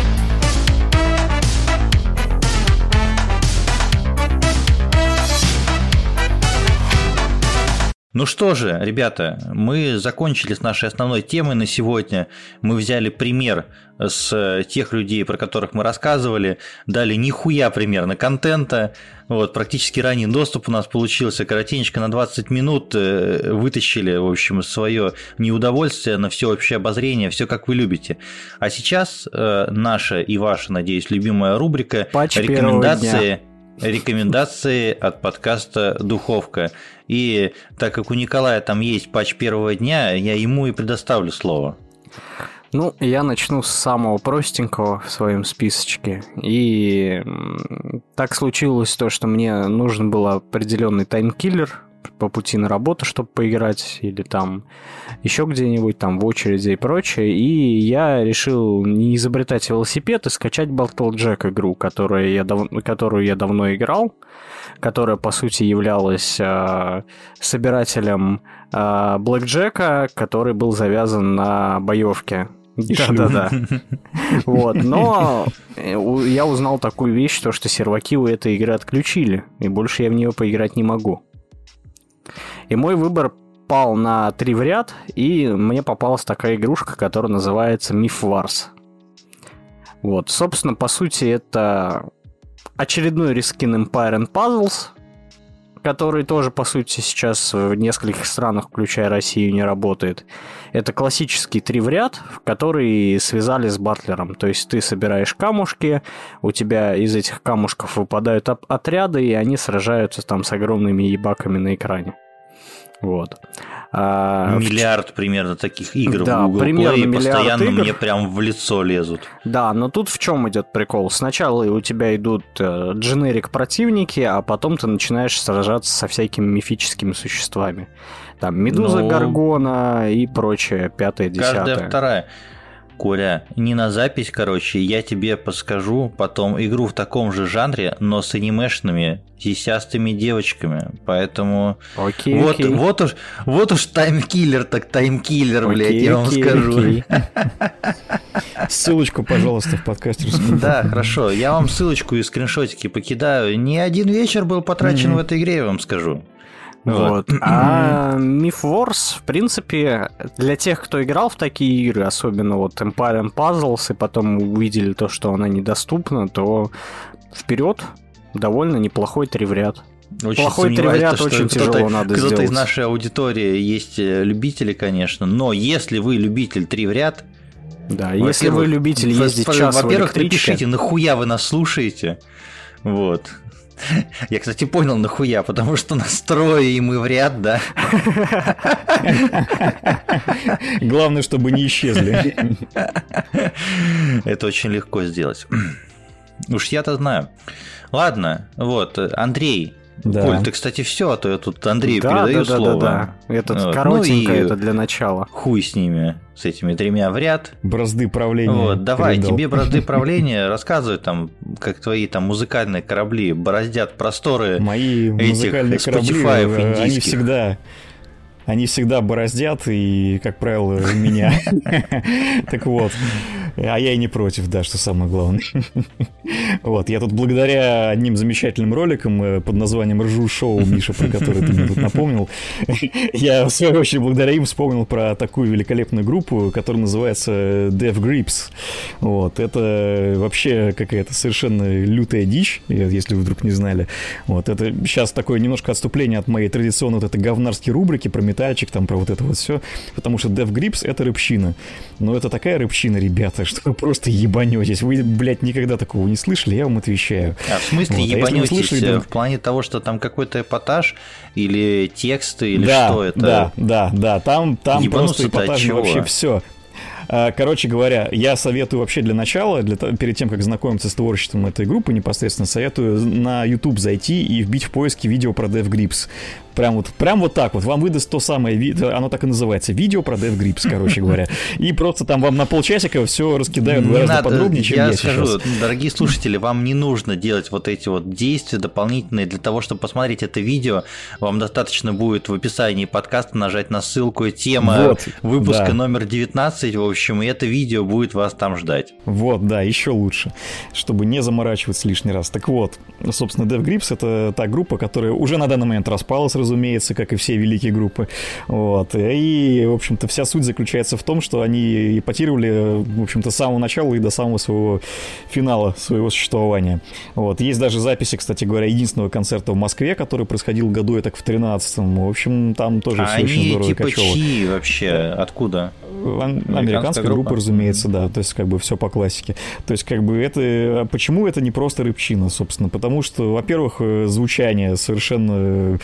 Ну что же, ребята, мы закончили с нашей основной темой на сегодня. Мы взяли пример с тех людей, про которых мы рассказывали, дали нихуя примерно контента. Вот, практически ранний доступ у нас получился, коротенечко на 20 минут вытащили, в общем, свое неудовольствие на всеобщее обозрение, все как вы любите. А сейчас наша и ваша, надеюсь, любимая рубрика рекомендации от подкаста «Духовка». И так как у Николая там есть патч первого дня, я ему и предоставлю слово. Ну, я начну с самого простенького в своем списочке. И так случилось то, что мне нужен был определенный таймкиллер по пути на работу, чтобы поиграть, или там еще где-нибудь там в очереди и прочее. И я решил не изобретать велосипед и скачать Battlejack игру, которую я давно играл, которая, по сути, являлась собирателем блэкджека, который был завязан на боевке. Да-да-да. Вот, но я узнал такую вещь, что серваки у этой игры отключили, и больше я в нее поиграть не могу. И мой выбор пал на 3 в ряд, и мне попалась такая игрушка, которая называется Myth Wars. Вот, собственно, по сути, это очередной рескин Empire and Puzzles, который тоже, по сути, сейчас в нескольких странах, включая Россию, не работает. Это классический 3 в ряд, который связали с батлером. То есть ты собираешь камушки, у тебя из этих камушков выпадают отряды, и они сражаются там с огромными ебаками на экране. Вот. Миллиард примерно таких игр в Google Play, постоянно игр. Мне прям в лицо лезут. Да, но тут в чем идет прикол? Сначала у тебя идут дженерик противники, а потом ты начинаешь сражаться со всякими мифическими существами. Там Медуза, Гаргона и прочее, 5-10. Каждая вторая. Коля, не на запись, короче, я тебе подскажу потом игру в таком же жанре, но с анимешными сисястыми девочками, поэтому Окей, вот уж таймкиллер, так таймкиллер, блядь, я вам скажу. Ссылочку, пожалуйста, в подкастерскую. Да, хорошо, я вам ссылочку и скриншотики покидаю. Не один вечер был потрачен в этой игре, я вам скажу. Вот. А Myth Wars, в принципе, для тех, кто играл в такие игры, особенно вот Empire Puzzles, и потом увидели то, что она недоступна, то вперед, довольно неплохой 3 в ряд. Очень Плохой 3 в ряд очень тяжело надо сделать. Кто-то из нашей аудитории есть любители, конечно, но если вы любитель 3 в ряд, да, если вы любитель ездить час в во-первых, электричке... напишите, нахуя вы нас слушаете, вот. Я, кстати, понял, нахуя, потому что настроим мы в ряд, да. Главное, чтобы не исчезли. Это очень легко сделать. Уж я-то знаю. Ладно, вот, Андрей. Да. Коль, ты, кстати, все, а то я тут Андрею передаю слово. Да. Это вот. коротенько, это для начала. Хуй с ними, с этими 3 в ряд. Бразды правления. Вот, давай, передал. тебе бразды правления, рассказывай там, как твои там музыкальные корабли бороздят просторы. Мои музыкальные корабли, они всегда бороздят, и, как правило, меня. Так вот. А я и не против, да, что самое главное. Вот, я тут благодаря одним замечательным роликам под названием «Ржу шоу», Миша, про который ты мне тут напомнил, я, в свою очередь, благодаря им вспомнил про такую великолепную группу, которая называется Death Grips. Вот, это вообще какая-то совершенно лютая дичь, если вы вдруг не знали. Вот, это сейчас такое немножко отступление от моей традиционной вот этой говнарской рубрики про метальчик, там, про вот это вот все, потому что Death Grips — это рыбщина. Но это такая рыбщина, ребята, что вы просто ебанетесь. Вы, блядь, никогда такого не слышали, я вам отвечаю. А в смысле вот, ебанетесь? Слышали, в плане того, что там какой-то эпатаж или тексты, или да, что это? Да, там просто эпатаж, вообще все. Короче говоря, я советую вообще для начала, перед тем, как знакомиться с творчеством этой группы, непосредственно советую на YouTube зайти и вбить в поиске видео про Death Grips. Прям вот так вот. Вам выдаст то самое видео, оно так и называется, видео про Death Grips, короче говоря. И просто там вам на полчасика все раскидают гораздо подробнее, чем я скажу, сейчас. Дорогие слушатели, вам не нужно делать вот эти вот действия дополнительные для того, чтобы посмотреть это видео. Вам достаточно будет в описании подкаста нажать на ссылку «Тема выпуска номер 19», в общем, и это видео будет вас там ждать. Вот, да, еще лучше, чтобы не заморачиваться лишний раз. Так вот, собственно, Death Grips — это та группа, которая уже на данный момент распалась, разумеется, как и все великие группы. Вот. И, в общем-то, вся суть заключается в том, что они эпатировали, в общем-то, с самого начала и до самого своего финала своего существования. Вот. Есть даже записи, кстати говоря, единственного концерта в Москве, который происходил году так в 13-м. В общем, там тоже все очень здорово типа качево. Чьи вообще? Откуда? Американская группа, разумеется, да. То есть, как бы, все по классике. То есть, как бы, это... Почему это не просто рыбчина, собственно? Потому что, во-первых, звучание совершенно...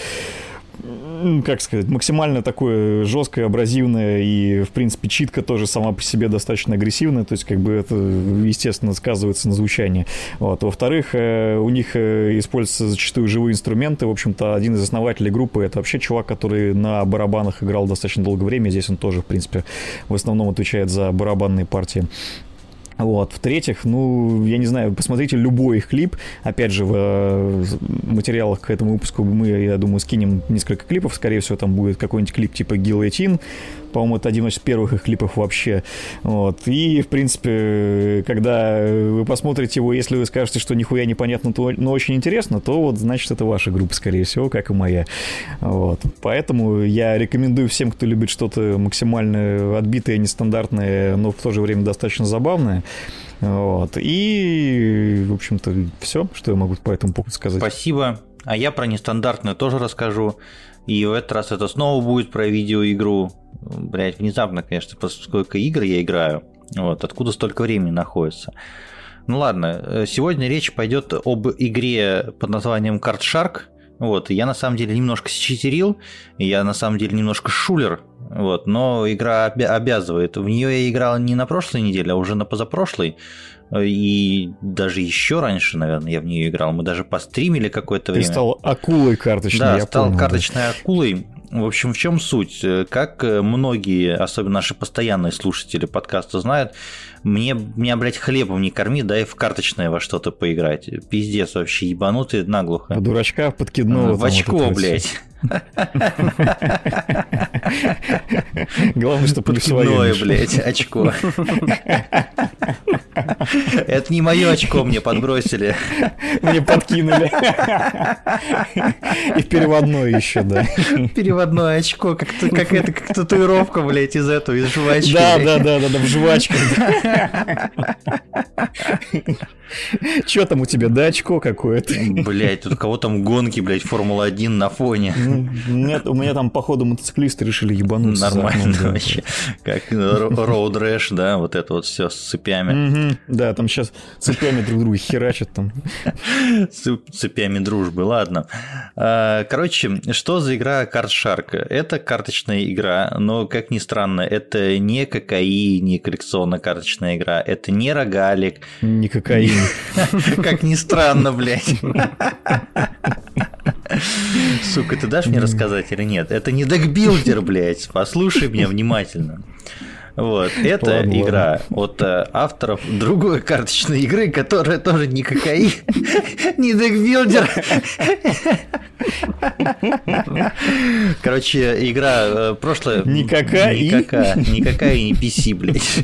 как сказать, максимально такое жесткое, абразивное, и, в принципе, читка тоже сама по себе достаточно агрессивная, то есть, как бы, это, естественно, сказывается на звучании. Вот. Во-вторых, у них используются зачастую живые инструменты. В общем-то, один из основателей группы — это вообще чувак, который на барабанах играл достаточно долгое время. Здесь он тоже, в принципе, в основном отвечает за барабанные партии. Вот. В-третьих, ну, я не знаю, посмотрите любой их клип. Опять же, в материалах к этому выпуску мы, я думаю, скинем несколько клипов. Скорее всего, там будет какой-нибудь клип типа Guillotine. По-моему, это один из первых их клипов вообще. Вот. И, в принципе, когда вы посмотрите его, если вы скажете, что нихуя непонятно, но очень интересно, то вот, значит, это ваша группа, скорее всего, как и моя. Вот. Поэтому я рекомендую всем, кто любит что-то максимально отбитое, нестандартное, но в то же время достаточно забавное. Вот. И, в общем-то, все, что я могу по этому поводу сказать. Спасибо. А я про нестандартное тоже расскажу. И в этот раз это снова будет про видеоигру. Блять, внезапно, конечно, сколько игр я играю. Вот, откуда столько времени находится. Ну ладно, сегодня речь пойдет об игре под названием Card Shark. Вот, я на самом деле немножко считерил, я на самом деле немножко шулер, вот, но игра обязывает. В нее я играл не на прошлой неделе, а уже на позапрошлой. И даже еще раньше, наверное, я в нее играл. Мы даже постримили какое-то время. Ты стал акулой карточной, да, я стал помню, карточной акулой. В общем, в чем суть? Как многие, особенно наши постоянные слушатели подкаста знают, меня, блядь, хлебом не корми, дай в карточное во что-то поиграть. Пиздец вообще, ебанутый наглухо. В дурачка подкидного. В очко, блядь. Главное, что подкидное, блядь, очко. Это не мое очко, мне подбросили. Мне подкинули. И переводное еще, да. Переводное очко, как татуировка, блядь, из жвачки. Да, в жвачках. Че там у тебя, да, очко какое-то? Блядь, тут кого там гонки, блядь, Формула-1 на фоне. Нет, у меня там, походу, мотоциклисты решили ебануться. Нормально вообще. Как Road Rash, да, вот это вот все с цепями. Да, там сейчас цепями друг друга херачат там. Цепями дружбы, ладно. Короче, что за игра Card Shark? Это карточная игра, но, как ни странно, это не ККИ, не коллекционно-карточная игра, это не рогалик. Не кокаин. Как ни странно, блядь. Сука, ты дашь мне рассказать или нет? Это не декбилдер, блядь. Послушай меня внимательно. Вот, это игра от авторов другой карточной игры, которая тоже не ККИ, не декбилдер. Короче, игра прошлая... Никакая и не PC, блядь.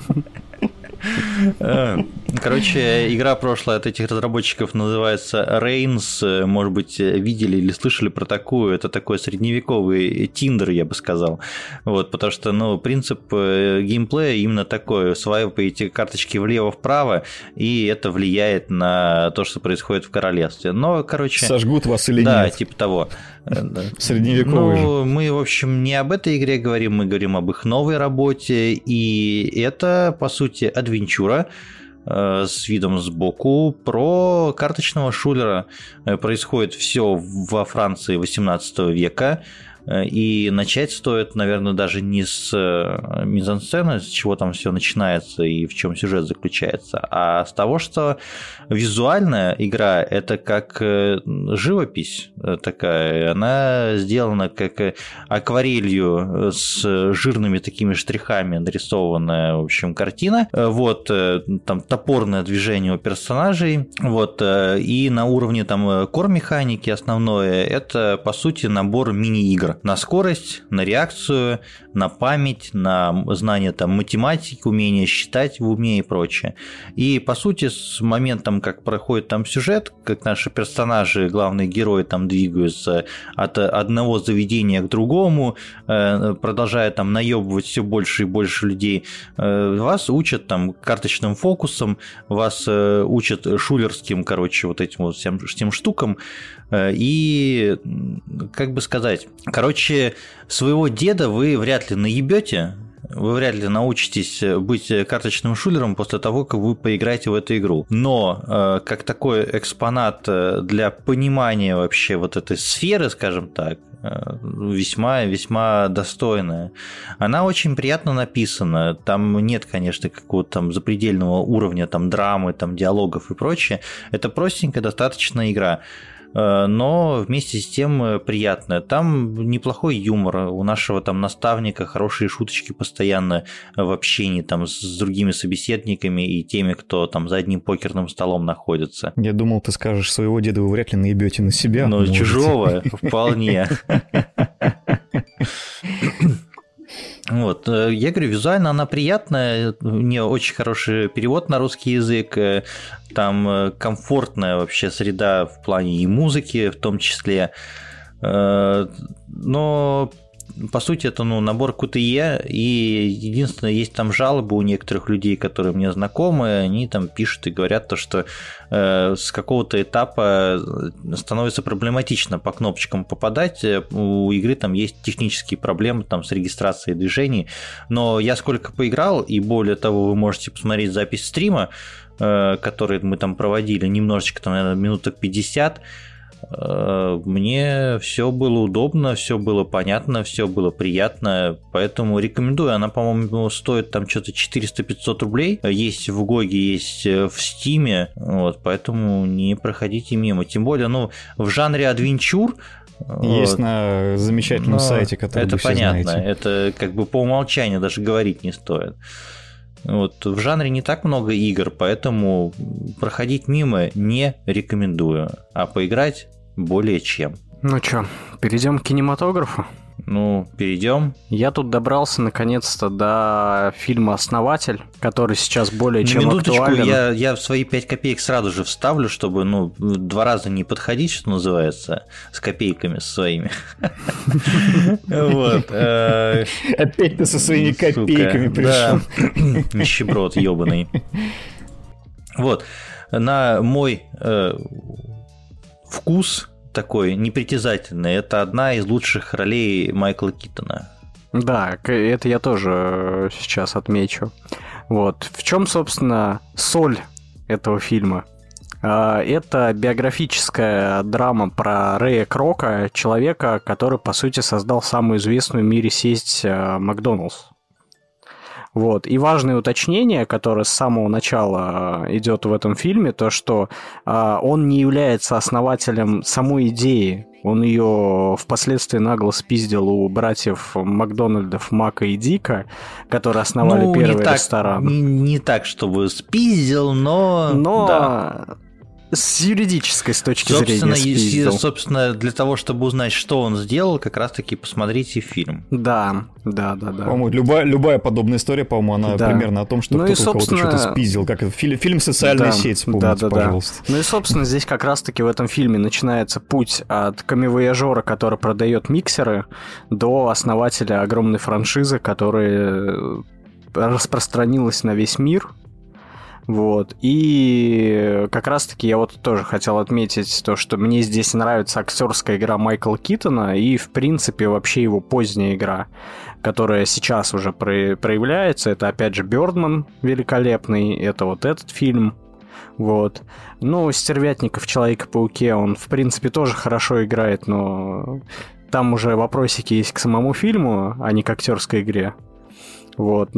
Короче, игра прошлая от этих разработчиков называется Reigns. Может быть, видели или слышали про такую. Это такой средневековый Тиндер, я бы сказал. Вот, потому что, принцип геймплея именно такой. Свайпаете карточки влево-вправо, и это влияет на то, что происходит в королевстве. Но, короче... Сожгут вас или нет. Да, типа того. Средневековый же. Мы, в общем, не об этой игре говорим, мы говорим об их новой работе. И это, по сути, адвенчура с видом сбоку про карточного шулера. Происходит все во Франции 18 века. И начать стоит, наверное, даже не с мизансцены, с чего там все начинается и в чем сюжет заключается, а с того, что визуальная игра – это как живопись такая. Она сделана как акварелью с жирными такими штрихами нарисованная, в общем, картина. Вот, там топорное движение у персонажей. Вот, и на уровне там кор-механики основное – это, по сути, набор мини-игр. На скорость, на реакцию, на память, на знание там, математики, умение считать в уме и прочее. И, по сути, с моментом, как проходит там сюжет, как наши персонажи, главные герои там двигаются от одного заведения к другому, продолжая там наебывать все больше и больше людей, вас учат там карточным фокусом, вас учат шулерским, короче, вот этим вот всем штукам. И, как бы сказать, короче, своего деда вы вряд ли наебете, вы вряд ли научитесь быть карточным шулером после того, как вы поиграете в эту игру. Но как такой экспонат для понимания вообще вот этой сферы, скажем так, весьма достойная. Она очень приятно написана. Там нет, конечно, какого-то там запредельного уровня там драмы, там диалогов и прочее. Это простенькая достаточно игра. Но вместе с тем приятное. Там неплохой юмор, у нашего там наставника хорошие шуточки постоянно в общении там с другими собеседниками и теми, кто там за одним покерным столом находится. Я думал, ты скажешь, своего деда вы вряд ли наебете на себя. Но чужого вполне. Вот, я говорю, визуально она приятная, у нее очень хороший перевод на русский язык, там комфортная вообще среда в плане и музыки в том числе, но по сути это набор QTE, и единственное, есть там жалобы у некоторых людей, которые мне знакомы, они там пишут и говорят то, что с какого-то этапа становится проблематично по кнопочкам попадать, у игры там есть технические проблемы там с регистрацией движений, но я сколько поиграл, и более того, вы можете посмотреть запись стрима, который мы там проводили, немножечко там, наверное, минуток 50, мне все было удобно, все было понятно, все было приятно, поэтому рекомендую. Она, по-моему, стоит там что-то 400-500 рублей. Есть в Гоге, есть в Стиме, вот, поэтому не проходите мимо. Тем более, в жанре адвенчур Есть Вот. на замечательном сайте, который это вы все понятно. знаете. Это как бы по умолчанию даже говорить не стоит. Вот. В жанре не так много игр, поэтому проходить мимо не рекомендую, а поиграть более чем. Ну чё, перейдем к кинематографу? Ну, перейдем. Я тут добрался наконец-то до фильма «Основатель», который сейчас более На чем минуточку, актуален. я в свои 5 копеек сразу же вставлю, чтобы, 2 раза не подходить, что называется, с копейками своими. Вот. Опять ты со своими копейками пришел. Нищеброд ебаный. Вот. На мой вкус такой непритязательный, это одна из лучших ролей Майкла Китона. Да, это я тоже сейчас отмечу. Вот. В чем, собственно, соль этого фильма? Это биографическая драма про Рэя Крока, человека, который, по сути, создал самую известную в мире сеть Макдоналдс. Вот. И важное уточнение, которое с самого начала идет в этом фильме, то, что он не является основателем самой идеи. Он ее впоследствии нагло спиздил у братьев Макдональдов Мака и Дика, которые основали первый ресторан. Не так, чтобы спиздил, но да. С юридической точки зрения спиздил. Собственно, для того, чтобы узнать, что он сделал, как раз-таки посмотрите фильм. Да. По-моему, любая подобная история, по-моему, она примерно о том, что кто-то у кого-то что-то спиздил. Как фильм «Социальная сеть», вспомните, пожалуйста. Ну и, собственно, здесь как раз-таки в этом фильме начинается путь от камевояжера, который продает миксеры, до основателя огромной франшизы, которая распространилась на весь мир. Вот. И как раз-таки я вот тоже хотел отметить то, что мне здесь нравится актерская игра Майкла Китона и, в принципе, вообще его поздняя игра, которая сейчас уже проявляется. Это, опять же, «Бёрдман» великолепный, это вот этот фильм. Вот. Ну, Стервятников в «Человеке-пауке», он, в принципе, тоже хорошо играет, но там уже вопросики есть к самому фильму, а не к актерской игре. Вот,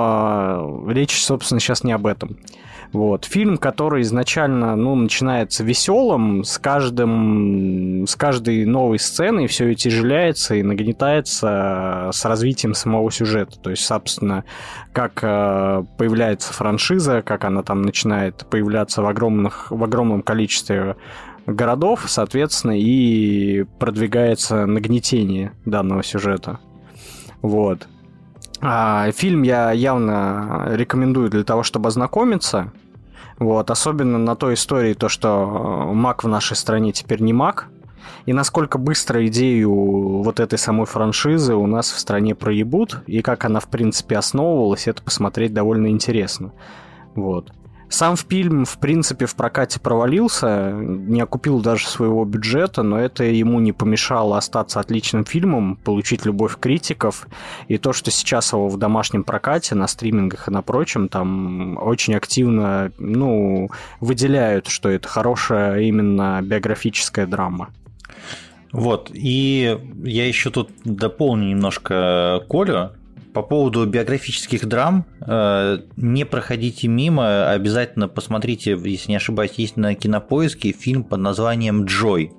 но речь, собственно, сейчас не об этом. Вот. Фильм, который изначально, начинается веселым, с каждой новой сценой все и тяжеляется и нагнетается с развитием самого сюжета. То есть, собственно, как появляется франшиза, как она там начинает появляться в огромном количестве городов, соответственно, и продвигается нагнетение данного сюжета. Вот. Фильм я явно рекомендую для того, чтобы ознакомиться. Вот. Особенно на той истории, то, что Мак в нашей стране теперь не Мак. И насколько быстро идею вот этой самой франшизы у нас в стране проебут. И как она, в принципе, основывалась, это посмотреть довольно интересно. Вот. Сам фильм, в принципе, в прокате провалился, не окупил даже своего бюджета, но это ему не помешало остаться отличным фильмом, получить любовь критиков, и то, что сейчас его в домашнем прокате, на стримингах и на прочем, там очень активно, выделяют, что это хорошая именно биографическая драма. Вот, и я еще тут дополню немножко Колю. По поводу биографических драм, не проходите мимо, обязательно посмотрите, если не ошибаюсь, есть на Кинопоиске фильм под названием «Джой».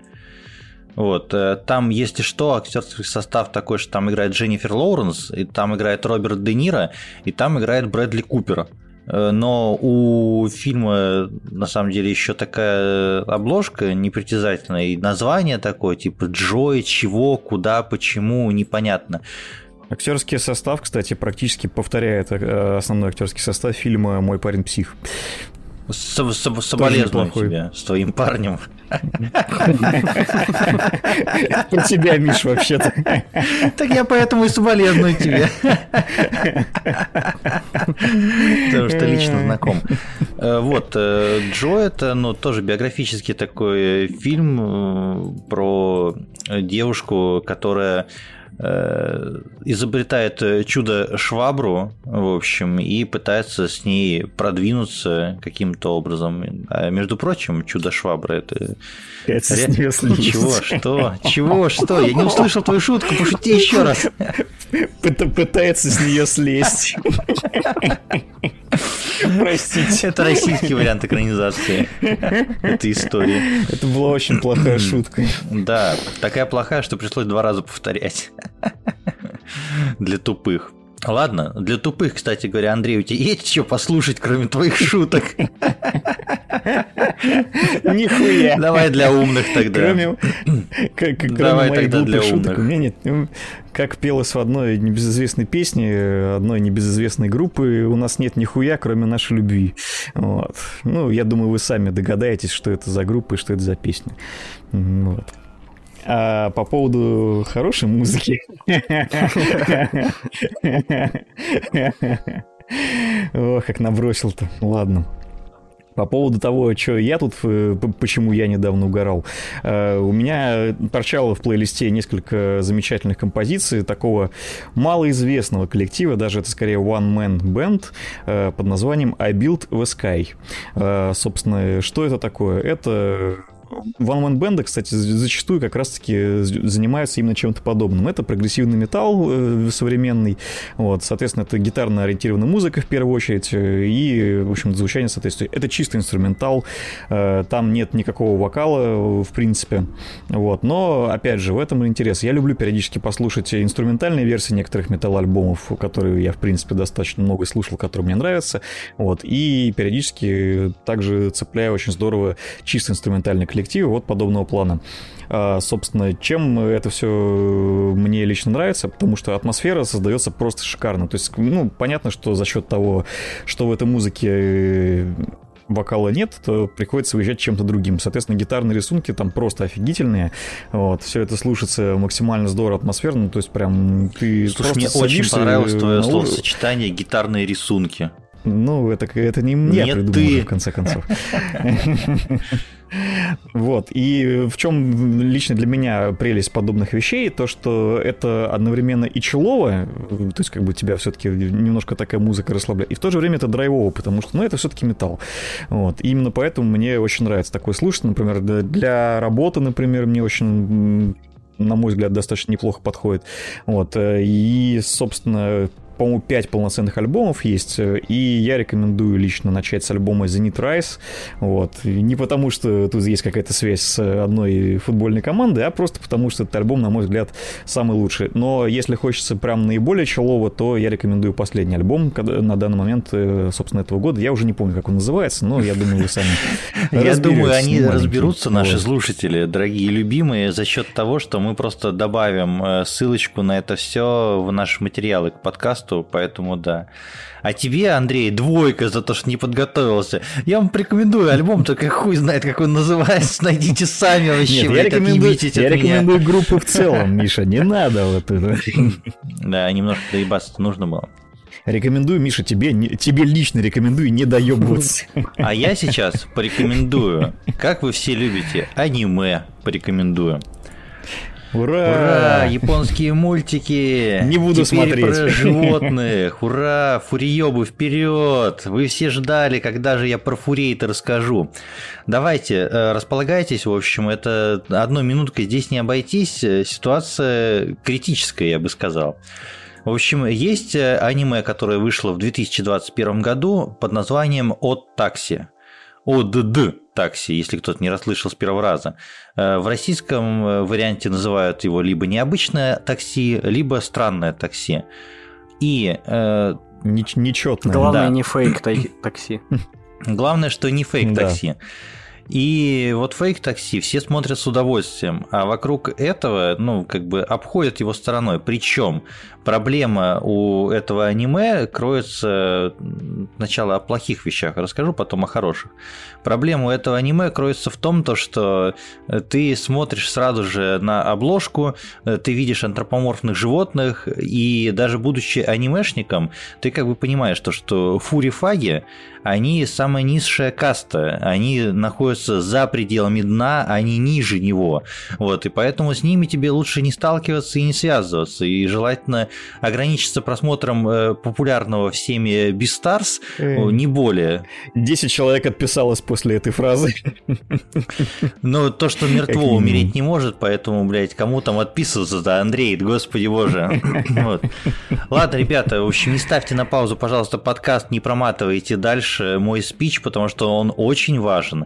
Вот, там, если что, актерский состав такой, что там играет Дженнифер Лоуренс, и там играет Роберт Де Ниро, и там играет Брэдли Купер. Но у фильма, на самом деле, еще такая обложка непритязательная, и название такое, типа «Джой», чего, куда, почему, непонятно. Актерский состав, кстати, практически повторяет основной актерский состав фильма «Мой парень псих». Соболезную тебе с твоим парнем. Про тебя, Миш, вообще-то. Так я поэтому и соболезную тебе. Потому что лично знаком. Вот, Джо — это, тоже биографический такой фильм про девушку, которая изобретает чудо-швабру, в общем, и пытается с ней продвинуться каким-то образом. А между прочим, чудо-швабра — это... Чего? Что? Я не услышал твою шутку, пошути еще раз. Пытается с нее слезть. Простите. Это российский вариант экранизации этой истории. Это была очень плохая шутка. Да, такая плохая, что пришлось 2 раза повторять. Для тупых. Ладно, для тупых, кстати говоря, Андрей, у тебя есть что послушать, кроме твоих шуток? Нихуя. Давай для умных тогда. Кроме Давай тогда для умных. У меня нет. Как пелось в одной небезызвестной песне, одной небезызвестной группы, у нас нет нихуя, кроме нашей любви. Вот. Ну, я думаю, вы сами догадаетесь, что это за группа и что это за песня. Вот. А по поводу хорошей музыки... Ох, как набросил-то. Ладно. По поводу того, что я тут, почему я недавно угорал, у меня торчало в плейлисте несколько замечательных композиций такого малоизвестного коллектива, даже это скорее one-man band под названием I Built the Sky. Собственно, что это такое? Это... One-man бенды, кстати, зачастую как раз-таки занимаются именно чем-то подобным. Это прогрессивный металл современный, вот, соответственно, это гитарно-ориентированная музыка в первую очередь, и, в общем, звучание соответствует. Это чисто инструментал, там нет никакого вокала, в принципе, вот, но, опять же, в этом и интерес. Я люблю периодически послушать инструментальные версии некоторых металл-альбомов, которые я, в принципе, достаточно много слушал, которые мне нравятся, вот, и периодически также цепляю очень здорово чисто инструментальный коллектив вот подобного плана. Собственно, чем это все мне лично нравится, потому что атмосфера создается просто шикарно. То есть, ну, понятно, что за счет того, что в этой музыке вокала нет, то приходится выезжать чем-то другим. Соответственно, гитарные рисунки там просто офигительные. Вот, все это слушается максимально здорово, атмосферно. То есть, прям ты. Слушай, мне очень понравилось твое словосочетание «гитарные рисунки». Ну, это не я придумал, в конце концов. Вот, и в чем лично для меня прелесть подобных вещей, то, что это одновременно и челово, то есть как бы тебя все-таки немножко такая музыка расслабляет, и в то же время это драйвово, потому что, ну, это все-таки металл. Вот, и именно поэтому мне очень нравится такое слушать, например, для работы, например, мне очень, на мой взгляд, достаточно неплохо подходит. Вот, и, собственно, по-моему, 5 полноценных альбомов есть, и я рекомендую лично начать с альбома Zenith Rise, вот, не потому, что тут есть какая-то связь с одной футбольной командой, а просто потому, что этот альбом, на мой взгляд, самый лучший. Но если хочется прям наиболее челово, то я рекомендую последний альбом на данный момент, собственно, этого года. Я уже не помню, как он называется, но я думаю, вы сами разберетесь. Я думаю, они разберутся, наши слушатели, дорогие и любимые, за счет того, что мы просто добавим ссылочку на это все в наши материалы к подкасту. Поэтому да. А тебе, Андрей, 2 за то, что не подготовился. Я вам порекомендую альбом, только хуй знает, как он называется. Найдите сами вообще. Нет, я рекомендую группу в целом, Миша, не надо вот это. Да, немножко доебаться нужно было. Рекомендую, Миша, тебе лично рекомендую не доебываться. А я сейчас порекомендую, как вы все любите, аниме порекомендую. Ура! Японские мультики! Не буду теперь смотреть. Про животных! Ура! Фуриёбы вперед! Вы все ждали, когда же я про фурей-то расскажу. Давайте, располагайтесь, в общем, это 1 минуткой здесь не обойтись. Ситуация критическая, я бы сказал. В общем, есть аниме, которое вышло в 2021 году под названием «От такси». ОДД такси, если кто-то не расслышал с первого раза. В российском варианте называют его либо необычное такси, либо странное такси. И нечетное. Главное, не фейк такси. Главное, что не фейк такси. И вот фейк-такси все смотрят с удовольствием, а вокруг этого, ну, как бы обходят его стороной. Причем проблема у этого аниме кроется сначала о плохих вещах, расскажу, потом о хороших. Проблема у этого аниме кроется в том, что ты смотришь сразу же на обложку, ты видишь антропоморфных животных, и даже будучи анимешником, ты как бы понимаешь, что фурифаги, они самая низшая каста, они находятся находятся за пределами дна, а не ниже него. Вот, и поэтому с ними тебе лучше не сталкиваться и не связываться. И желательно ограничиться просмотром популярного всеми Beastars, не более. 10 человек отписалось после этой фразы. Ну, то, что мертво умереть не может, поэтому, блядь, кому там отписываться-то, Андрей, господи боже. Вот. Ладно, ребята, в общем, не ставьте на паузу, пожалуйста, подкаст, не проматывайте дальше мой спич, потому что он очень важен.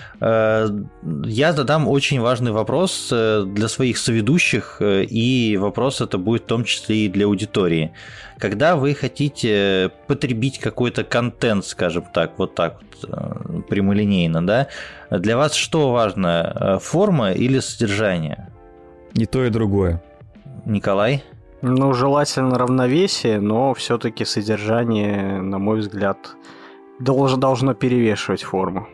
Я задам очень важный вопрос для своих соведущих, и вопрос это будет в том числе и для аудитории. Когда вы хотите потребить какой-то контент, скажем так, вот прямолинейно, да, для вас что важно, форма или содержание? И то, и другое. Николай? Ну, желательно равновесие, но все-таки содержание, на мой взгляд, должно перевешивать форму.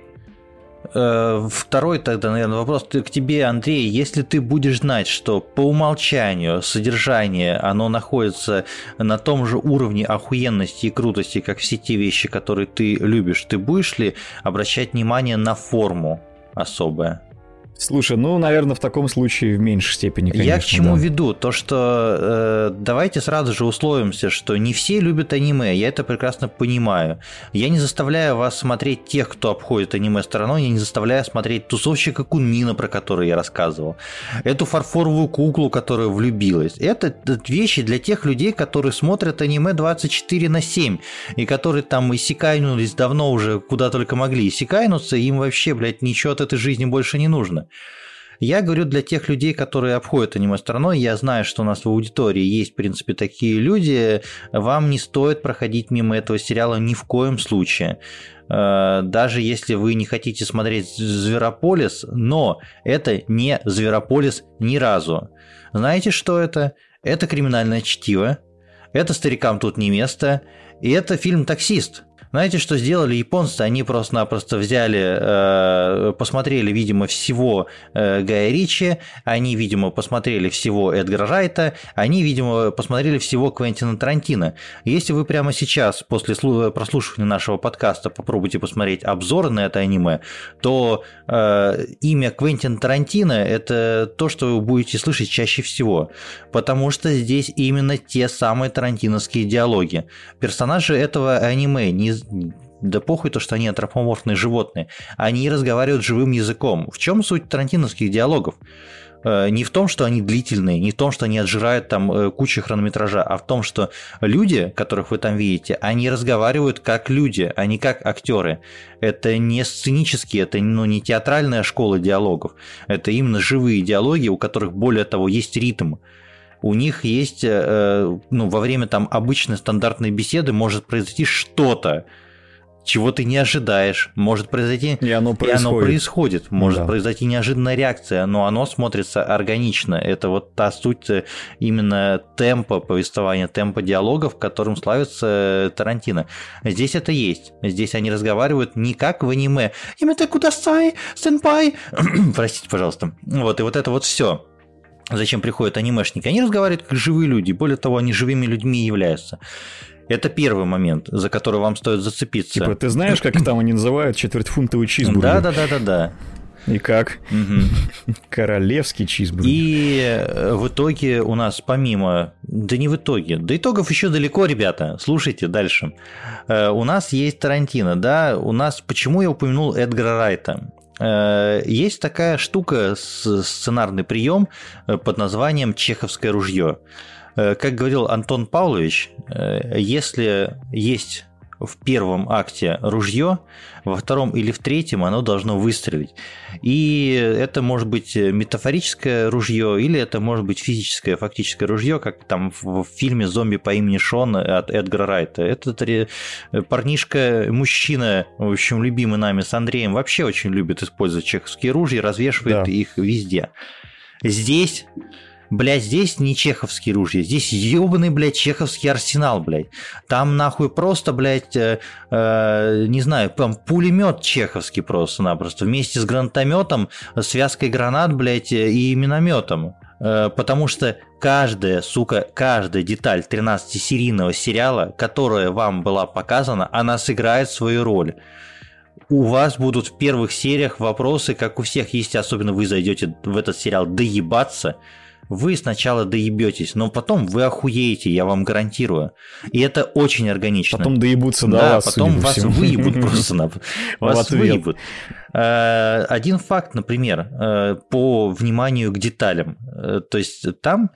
Второй тогда, наверное, вопрос к тебе, Андрей. Если ты будешь знать, что по умолчанию содержание, оно находится на том же уровне охуенности и крутости, как все те вещи, которые ты любишь, ты будешь ли обращать внимание на форму особое? Слушай, ну, наверное, в таком случае в меньшей степени, конечно. Я к чему веду? То, что давайте сразу же условимся, что не все любят аниме, я это прекрасно понимаю. Я не заставляю вас смотреть тех, кто обходит аниме стороной, я не заставляю смотреть тусовщика Кунмина, про который я рассказывал, эту фарфоровую куклу, которая влюбилась. Это вещи для тех людей, которые смотрят аниме 24/7, и которые там иссякайнулись давно уже, куда только могли иссякайнуться, им вообще, блядь, ничего от этой жизни больше не нужно. Я говорю для тех людей, которые обходят аниме стороной. Я знаю, что у нас в аудитории есть, в принципе, такие люди. Вам не стоит проходить мимо этого сериала ни в коем случае. Даже если вы не хотите смотреть «Зверополис», но это не «Зверополис» ни разу. Знаете, что это? Это криминальное чтиво, это «Старикам тут не место», и это фильм «Таксист». Знаете, что сделали японцы? Они просто-напросто взяли, посмотрели, видимо, всего Гая Ричи, они, видимо, посмотрели всего Эдгара Райта, они, видимо, посмотрели всего Квентина Тарантино. Если вы прямо сейчас, после прослушивания нашего подкаста, попробуйте посмотреть обзоры на это аниме, то имя Квентина Тарантино – это то, что вы будете слышать чаще всего, потому что здесь именно те самые тарантиновские диалоги. Персонажи этого аниме да похуй то, что они антропоморфные животные. Они разговаривают живым языком. В чем суть тарантиновских диалогов? Не в том, что они длительные, не в том, что они отжирают там кучу хронометража, а в том, что люди, которых вы там видите, они разговаривают как люди, а не как актеры. Это не сценические, это не театральная школа диалогов. Это именно живые диалоги, у которых, более того, есть ритм. У них есть, во время там обычной стандартной беседы может произойти что-то, чего ты не ожидаешь, может произойти, и оно происходит. Может произойти неожиданная реакция, но оно смотрится органично. Это вот та суть именно темпа повествования, темпа диалогов, которым славится Тарантино. Здесь это есть. Здесь они разговаривают не как в аниме. «Имите кудасай, сенпай». Простите, пожалуйста. Вот, и вот это вот все. Зачем приходят анимешники? Они разговаривают как живые люди. Более того, они живыми людьми являются. Это первый момент, за который вам стоит зацепиться. Типа, ты знаешь, как там они называют четвертьфунтовый чизбургер? Да. И как? Королевский чизбургер. И в итоге у нас помимо... Да не в итоге. До итогов еще далеко, ребята. Слушайте дальше. У нас есть Тарантино, да? У нас... Почему я упомянул Эдгара Райта? Есть такая штука, сценарный прием под названием «чеховское ружье». Как говорил Антон Павлович, если есть в первом акте ружье, во втором или в третьем оно должно выстрелить. И это может быть метафорическое ружье, или это может быть физическое, фактическое ружье, как там в фильме «Зомби по имени Шон» от Эдгара Райта. Этот парнишка, мужчина, в общем, любимый нами с Андреем, вообще очень любит использовать чеховские ружья, развешивает их везде. Здесь... Блядь, здесь не чеховские ружья, здесь ебаный, блядь, чеховский арсенал, блядь. Там нахуй просто, блядь, не знаю, там пулемет чеховский просто-напросто, вместе с гранатометом, связкой гранат, блядь, и минометом. Потому что каждая деталь 13-серийного сериала, которая вам была показана, она сыграет свою роль. у вас будут в первых сериях вопросы, как у всех есть, особенно вы зайдете в этот сериал доебаться. Вы сначала доебетесь, но потом вы охуеете, я вам гарантирую. И это очень органично. Потом доебутся до вас. Да, вас. потом вас выебут просто. Вас выебут. Один факт, например, по вниманию к деталям. То есть там,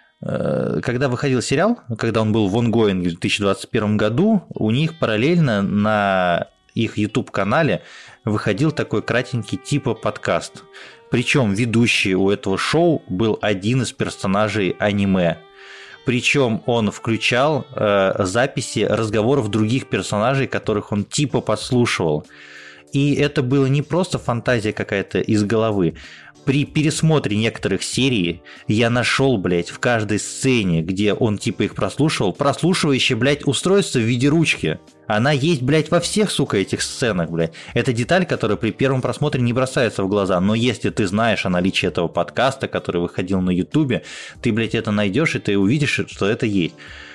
когда выходил сериал, когда он был в ongoing в 2021 году, у них параллельно на их YouTube-канале выходил такой кратенький типа подкаст. Причем ведущий у этого шоу был один из персонажей аниме. Причем он включал записи разговоров других персонажей, которых он типа подслушивал. И это было не просто фантазия какая-то из головы. При пересмотре некоторых серий я нашел, блядь, в каждой сцене, где он типа их прослушивал, прослушивающее, блядь, устройство в виде ручки. Она есть, блядь, во всех, сука, этих сценах, блядь. Это деталь, которая при первом просмотре не бросается в глаза. Но если ты знаешь о наличии этого подкаста, который выходил на Ютубе, ты, блядь, это найдешь, и ты увидишь, что это есть.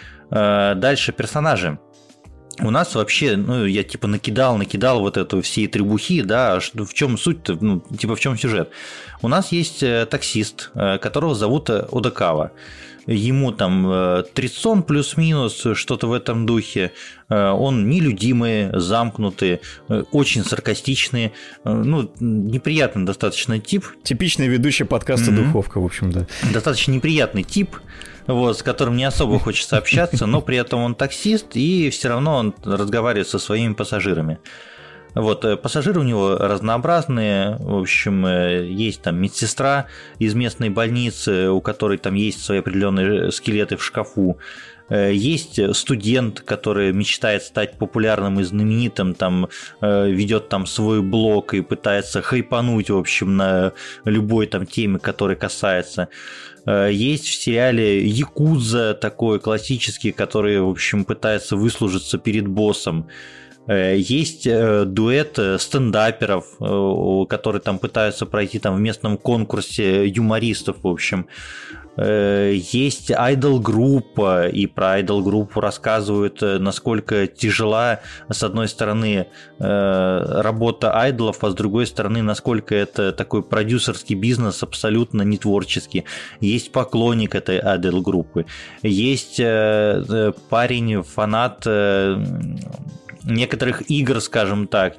Дальше персонажи. У нас вообще, ну, я типа накидал вот эту всей требухи, да, в чем суть-то, ну, типа в чем сюжет. У нас есть таксист, которого зовут Одакава. Ему там 30 плюс-минус, что-то в этом духе. Он нелюдимый, замкнутый, очень саркастичный, ну, неприятный достаточно тип. Типичный ведущий подкаста «Духовка», в общем, да. Достаточно неприятный тип. Вот, с которым не особо хочется общаться, но при этом он таксист, и все равно он разговаривает со своими пассажирами. Вот, пассажиры у него разнообразные, в общем, есть там медсестра из местной больницы, у которой там есть свои определенные скелеты в шкафу. Есть студент, который мечтает стать популярным и знаменитым, там ведет там свой блог и пытается хайпануть, в общем, на любой там теме, которой касается. Есть в сериале якудза такой классический, который, в общем, пытается выслужиться перед боссом. Есть дуэт стендаперов, которые там пытаются пройти там в местном конкурсе юмористов, в общем. Есть айдол-группа, и про айдол-группу рассказывают, насколько тяжела, с одной стороны, работа айдолов, а с другой стороны, насколько это такой продюсерский бизнес, абсолютно не творческий. Есть поклонник этой айдол-группы, есть парень, фанат некоторых игр, скажем так,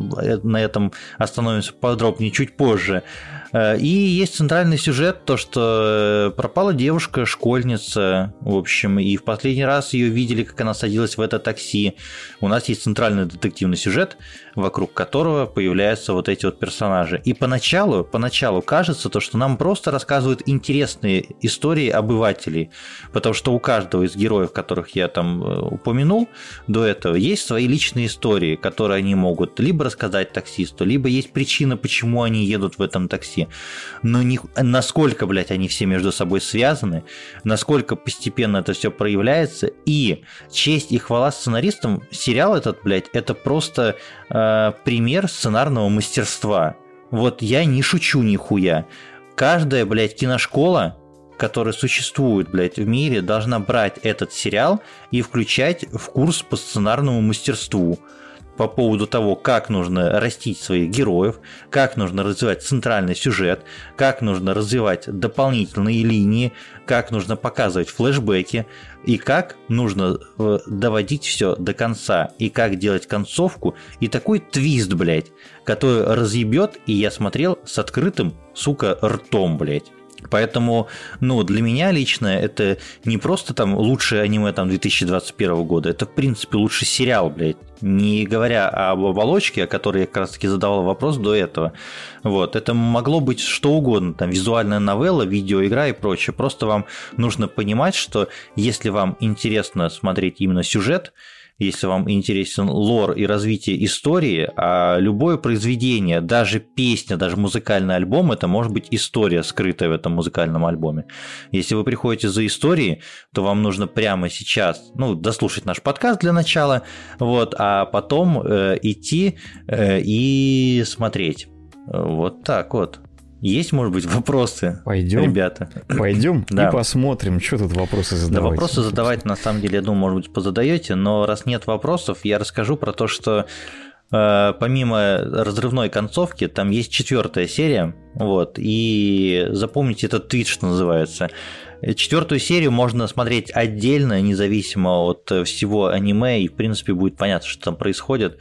на этом остановимся подробнее чуть позже. И есть центральный сюжет, то, что пропала девушка, школьница, в общем, и в последний раз ее видели, как она садилась в это такси. У нас есть центральный детективный сюжет, вокруг которого появляются вот эти вот персонажи. И поначалу кажется, то, что нам просто рассказывают интересные истории обывателей, потому что у каждого из героев, которых я там упомянул до этого, есть свои личные истории, которые они могут либо рассказать таксисту, либо есть причина, почему они едут в этом такси. Но насколько, блядь, они все между собой связаны, насколько постепенно это все проявляется, и честь и хвала сценаристам, сериал этот, блядь, это просто пример сценарного мастерства. Вот я не шучу нихуя. Каждая, блядь, киношкола, которая существует, блядь, в мире, должна брать этот сериал и включать в курс по сценарному мастерству по поводу того, как нужно растить своих героев, как нужно развивать центральный сюжет, как нужно развивать дополнительные линии, как нужно показывать флешбеки и как нужно доводить все до конца, и как делать концовку, и такой твист, блядь, который разъебет, и я смотрел с открытым, сука, ртом, блядь. Поэтому, ну, для меня лично это не просто там лучшее аниме там 2021 года, это, в принципе, лучший сериал, блядь, не говоря об оболочке, о которой я как раз-таки задавал вопрос до этого. Вот, это могло быть что угодно, там, визуальная новелла, видеоигра и прочее. Просто вам нужно понимать, что если вам интересно смотреть именно сюжет, если вам интересен лор и развитие истории, а любое произведение, даже песня, даже музыкальный альбом, это может быть история, скрытая в этом музыкальном альбоме. Если вы приходите за историей, то вам нужно прямо сейчас, ну, дослушать наш подкаст для начала, вот, а потом идти и смотреть. Вот так вот. Есть, может быть, вопросы, ребята? Пойдем и посмотрим, что тут вопросы задавать. Да, вопросы задавать, на самом деле, я думаю, может быть, позадаете, но раз нет вопросов, я расскажу про то, что помимо разрывной концовки, там есть 4-я серия, вот, и запомните, это твич называется. 4-ю серию можно смотреть отдельно, независимо от всего аниме, и, в принципе, будет понятно, что там происходит.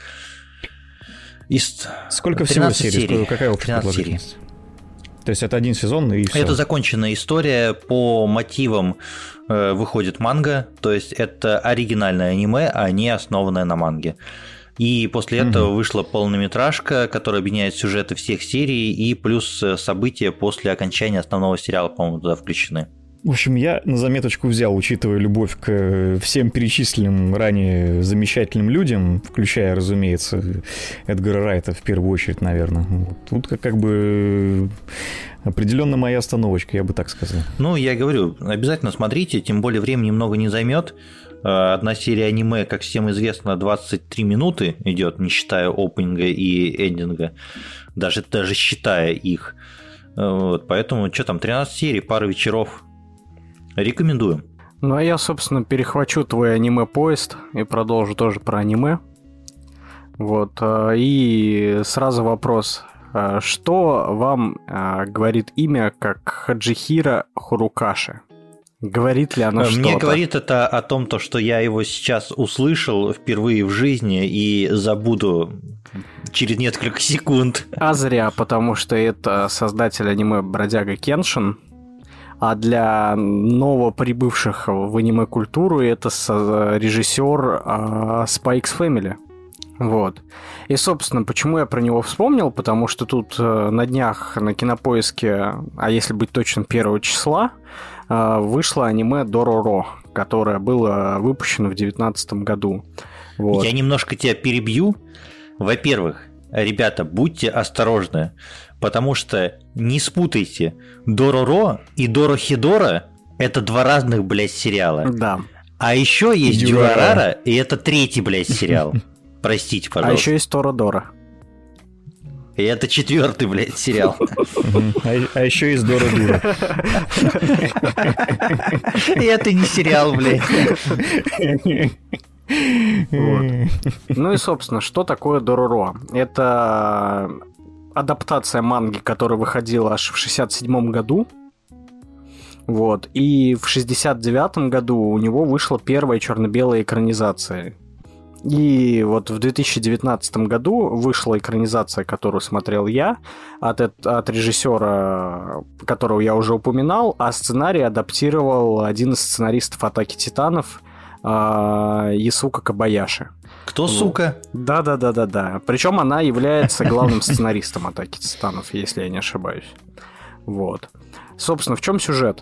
Сколько всего серий? Какая общая продолжительность? То есть это один сезон и все? Это законченная история, по мотивам выходит манга, то есть это оригинальное аниме, а не основанное на манге. И после этого вышла полнометражка, которая объединяет сюжеты всех серий, и плюс события после окончания основного сериала, по-моему, туда включены. В общем, я на заметочку взял, учитывая любовь к всем перечисленным ранее замечательным людям, включая, разумеется, Эдгара Райта в первую очередь, наверное. Тут как бы определенно моя остановочка, я бы так сказал. Ну, я говорю, обязательно смотрите, тем более времени много не займет. Одна серия аниме, как всем известно, 23 минуты идет, не считая опенинга и эндинга, даже считая их. Вот, поэтому, что там, 13 серий, пара вечеров. Рекомендую. Ну, а я, собственно, перехвачу твой аниме-поезд и продолжу тоже про аниме. Вот, и сразу вопрос. Что вам говорит имя как Хаджихиро Хорукаши? Говорит ли оно что-то? Мне говорит это о том, что я его сейчас услышал впервые в жизни и забуду через несколько секунд. А зря, потому что это создатель аниме «Бродяга Кеншин», а для новоприбывших в аниме-культуру это режиссер Spy X Family. Вот. И, собственно, почему я про него вспомнил? Потому что тут на днях на Кинопоиске, а если быть точным, 1 числа, вышло аниме «Дороро», которое было выпущено в 2019 году. Вот. Я немножко тебя перебью. Во-первых, ребята, будьте осторожны, потому что не спутайте, Дороро и Дорохидора – это 2 разных, блядь, сериала. Да. А еще есть Дюрарара, и это 3-й, блядь, сериал. Простите, пожалуйста. А еще есть Торадора. И это 4-й, блядь, сериал. А еще есть Дора-Дура. И это не сериал, блядь. Ну и, собственно, что такое Дороро? Это адаптация манги, которая выходила аж в 1967 году. Вот. И в 1969 году у него вышла первая черно-белая экранизация. И вот в 2019 году вышла экранизация, которую смотрел я, от режиссера, которого я уже упоминал, а сценарий адаптировал один из сценаристов «Атаки Титанов» Ясука Кабаяши. Кто, сука? Да. Причем она является главным сценаристом «Атаки Титанов», если я не ошибаюсь. Вот. Собственно, в чем сюжет?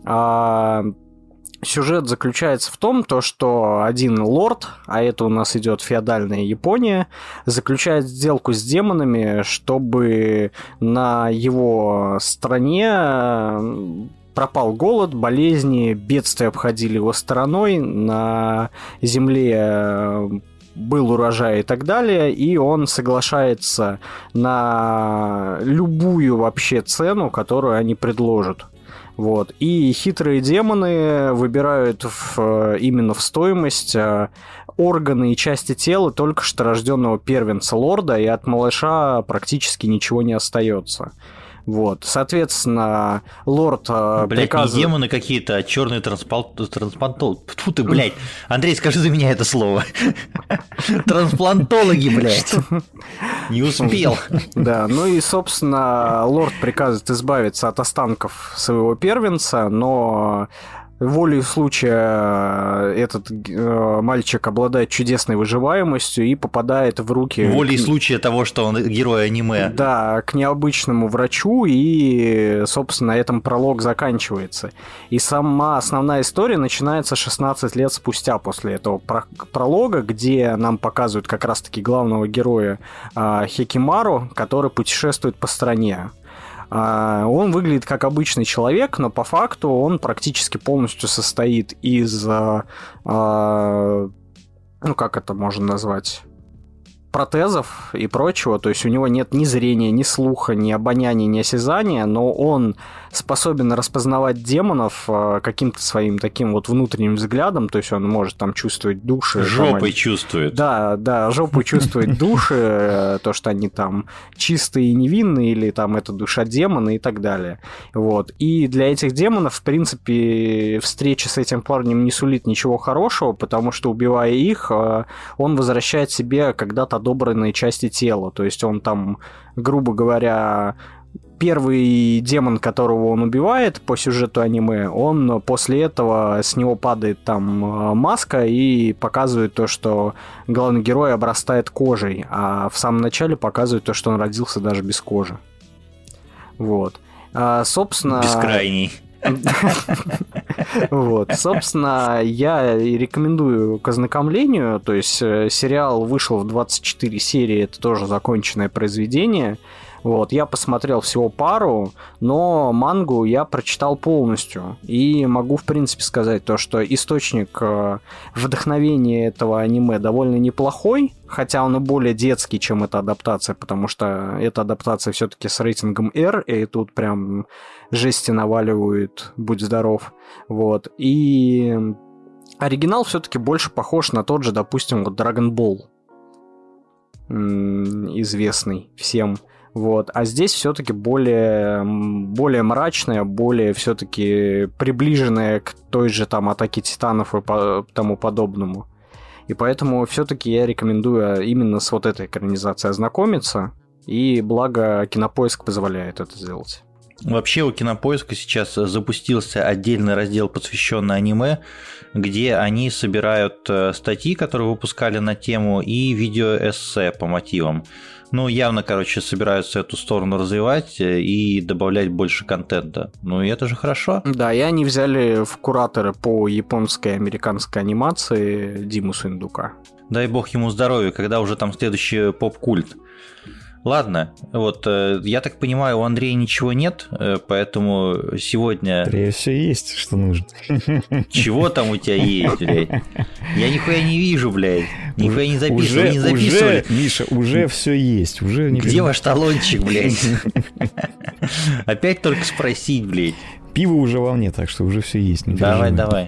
Сюжет заключается в том, что один лорд, а это у нас идет феодальная Япония, заключает сделку с демонами, чтобы на его стране пропал голод, болезни, бедствия обходили его стороной, на земле был урожай и так далее, и он соглашается на любую вообще цену, которую они предложат. Вот. И хитрые демоны выбирают именно в стоимость органы и части тела только что рожденного первенца лорда, и от малыша практически ничего не остается. Вот. Соответственно, лорд приказывает... не демоны какие-то, а черные трансплантологи. Фу ты, блядь. Андрей, скажи за меня это слово. Трансплантологи, блядь. Не успел. Да, ну и, собственно, лорд приказывает избавиться от останков своего первенца, но... волей случая этот мальчик обладает чудесной выживаемостью и попадает в руки... волей случая того, что он герой аниме. Да, к необычному врачу, и, собственно, на этом пролог заканчивается. И сама основная история начинается 16 лет спустя после этого пролога, где нам показывают как раз-таки главного героя Хикимару, который путешествует по стране. Он выглядит как обычный человек, но по факту он практически полностью состоит из, ну как это можно назвать, протезов и прочего. То есть у него нет ни зрения, ни слуха, ни обоняния, ни осязания, но он способен распознавать демонов каким-то своим таким вот внутренним взглядом, то есть он может там чувствовать души. Жопой чувствует. Да, жопой чувствовать души, то, что они там чистые и невинные, или там это душа демона и так далее. Вот. И для этих демонов, в принципе, встреча с этим парнем не сулит ничего хорошего, потому что, убивая их, он возвращает себе когда-то отобранные части тела. То есть он там, грубо говоря, первый демон, которого он убивает по сюжету аниме, он после этого с него падает там маска и показывает то, что главный герой обрастает кожей, а в самом начале показывает то, что он родился даже без кожи. Вот. Собственно... Бескрайний. Вот, собственно, я рекомендую к ознакомлению, то есть сериал вышел в 24 серии, это тоже законченное произведение. Вот, я посмотрел всего пару, но мангу я прочитал полностью. И могу, в принципе, сказать то, что источник вдохновения этого аниме довольно неплохой, хотя он и более детский, чем эта адаптация, потому что эта адаптация все-таки с рейтингом R, и тут прям жести наваливают, будь здоров. Вот. И оригинал все-таки больше похож на тот же, допустим, вот Dragon Ball, известный всем. Вот. А здесь все-таки более мрачная, более все-таки приближенная к той же там Атаке Титанов и тому подобному. И поэтому все-таки я рекомендую именно с вот этой экранизацией ознакомиться, и благо Кинопоиск позволяет это сделать. Вообще у Кинопоиска сейчас запустился отдельный раздел, посвященный аниме, где они собирают статьи, которые выпускали на тему, и видеоэссе по мотивам. Ну, явно, короче, собираются эту сторону развивать и добавлять больше контента. Ну, и это же хорошо. Да, и они взяли в кураторы по японской и американской анимации Диму Сундука. Дай бог ему здоровья, когда уже там следующий поп-культ. Ладно, вот я так понимаю, у Андрея ничего нет, поэтому сегодня... Все есть, что нужно. Чего там у тебя есть, блядь? Я нихуя не вижу, блядь. Нихуя не записывал, не записывали. Миша, уже все есть. Уже где ваш талончик, блядь? Опять только спросить, блядь. Пиво уже во мне, так что уже все есть. Давай.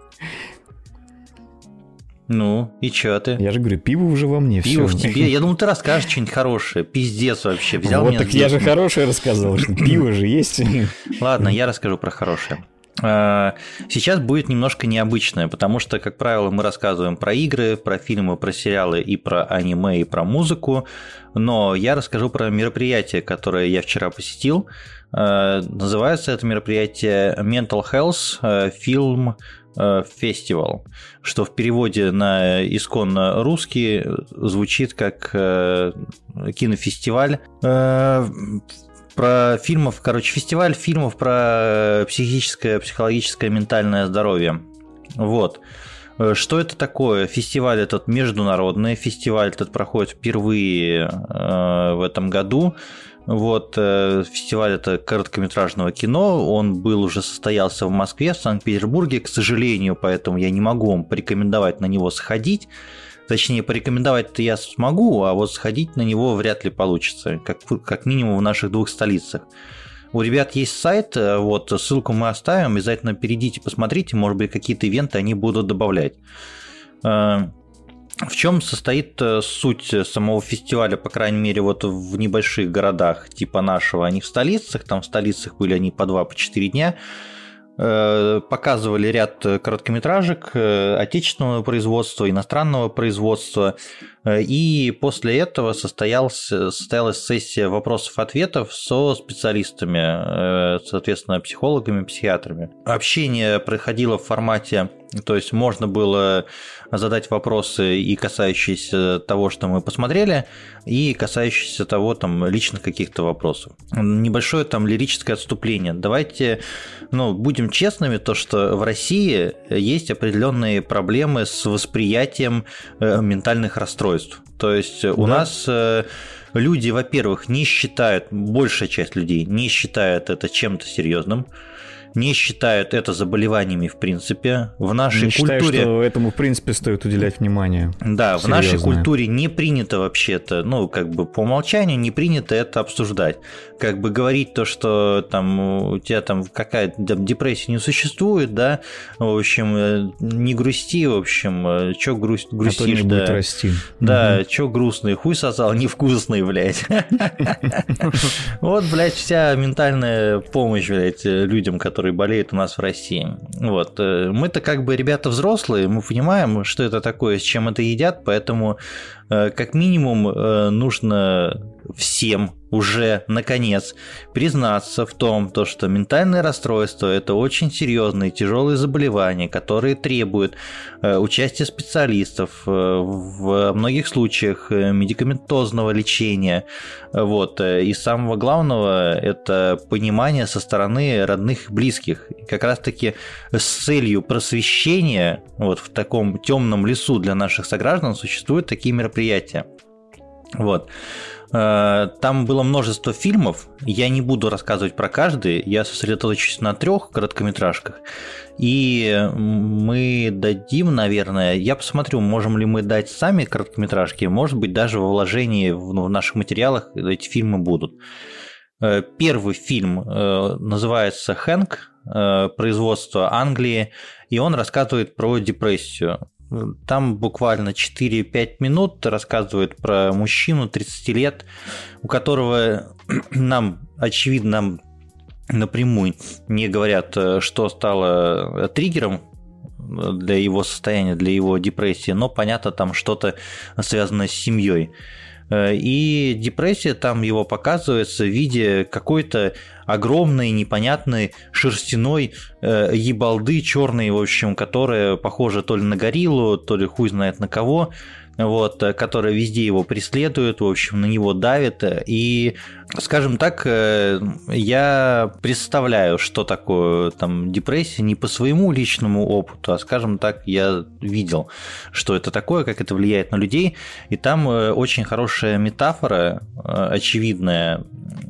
Ну, и чё ты? Я же говорю, пиво уже во мне. Пиво всё. в тебе. Я думал, ты расскажешь что-нибудь хорошее. Пиздец вообще. Взял вот меня так я же хорошее рассказал, что пиво же есть. Ладно, я расскажу про хорошее. Сейчас будет немножко необычное, потому что, как правило, мы рассказываем про игры, про фильмы, про сериалы и про аниме, и про музыку, но я расскажу про мероприятие, которое я вчера посетил. Называется это мероприятие Mental Health Film Festival, что в переводе на исконно русский звучит как кинофестиваль про фильмов, фестиваль фильмов про психическое, психологическое, ментальное здоровье. Вот. Что это такое? Фестиваль этот международный, фестиваль этот проходит впервые в этом году. Вот, фестиваль это короткометражного кино, он уже состоялся в Москве, в Санкт-Петербурге, к сожалению, поэтому я не могу вам порекомендовать на него сходить. Точнее, порекомендовать-то я смогу, а вот сходить на него вряд ли получится, как минимум в наших двух столицах. У ребят есть сайт, вот, ссылку мы оставим, обязательно перейдите, посмотрите, может быть, какие-то ивенты они будут добавлять. В чем состоит суть самого фестиваля, по крайней мере, вот в небольших городах типа нашего, а не в столицах, там в столицах были они по 2-4 дня, показывали ряд короткометражек отечественного производства, иностранного производства, и после этого состоялась сессия вопросов-ответов со специалистами, соответственно, психологами, психиатрами. Общение проходило в формате, то есть можно было задать вопросы и касающиеся того, что мы посмотрели, и касающиеся того, там, личных каких-то вопросов. Небольшое там лирическое отступление. Давайте, будем честными, то, что в России есть определенные проблемы с восприятием ментальных расстройств. То есть у нас люди, во-первых, не считают, большая часть людей не считает это чем-то серьезным, не считают это заболеваниями в принципе. В нашей культуре... считаю, что этому в принципе стоит уделять внимание. Да, в нашей культуре не принято вообще-то, ну, как бы по умолчанию не принято это обсуждать. Как бы говорить то, что там у тебя там какая-то депрессия не существует, да, в общем, не грусти, в общем, чё грустишь, а то не да. Будет расти. Да, чё грустный, хуй сосал, невкусный, блядь. Вот, блядь, вся ментальная помощь, блядь, людям, которые болеют у нас в России. Вот. Мы-то как бы ребята взрослые, мы понимаем, что это такое, с чем это едят, поэтому как минимум нужно всем уже, наконец, признаться в том, что ментальное расстройство – это очень серьезные, тяжелые заболевания, которые требуют участия специалистов, в многих случаях медикаментозного лечения. Вот. И самого главного – это понимание со стороны родных и близких. И как раз-таки с целью просвещения вот в таком темном лесу для наших сограждан существуют такие мероприятия. Вот. Там было множество фильмов, я не буду рассказывать про каждый, я сосредоточусь на 3 короткометражках, и мы дадим, наверное, я посмотрю, можем ли мы дать сами короткометражки, может быть, даже во вложении в наших материалах эти фильмы будут. Первый фильм называется «Хэнк», производство Англии, и он рассказывает про депрессию. Там буквально 4-5 минут рассказывает про мужчину 30 лет, у которого нам, очевидно, напрямую не говорят, что стало триггером для его состояния, для его депрессии, но понятно, там что-то связанное с семьей. И депрессия там его показывается в виде какой-то огромной, непонятной шерстяной ебалды черной, в общем, которая похожа то ли на гориллу, то ли хуй знает на кого, вот, которая везде его преследует, в общем, на него давит. И, скажем так, я представляю, что такое там депрессия не по своему личному опыту, а, скажем так, я видел, что это такое, как это влияет на людей. И там очень хорошая метафора, очевидная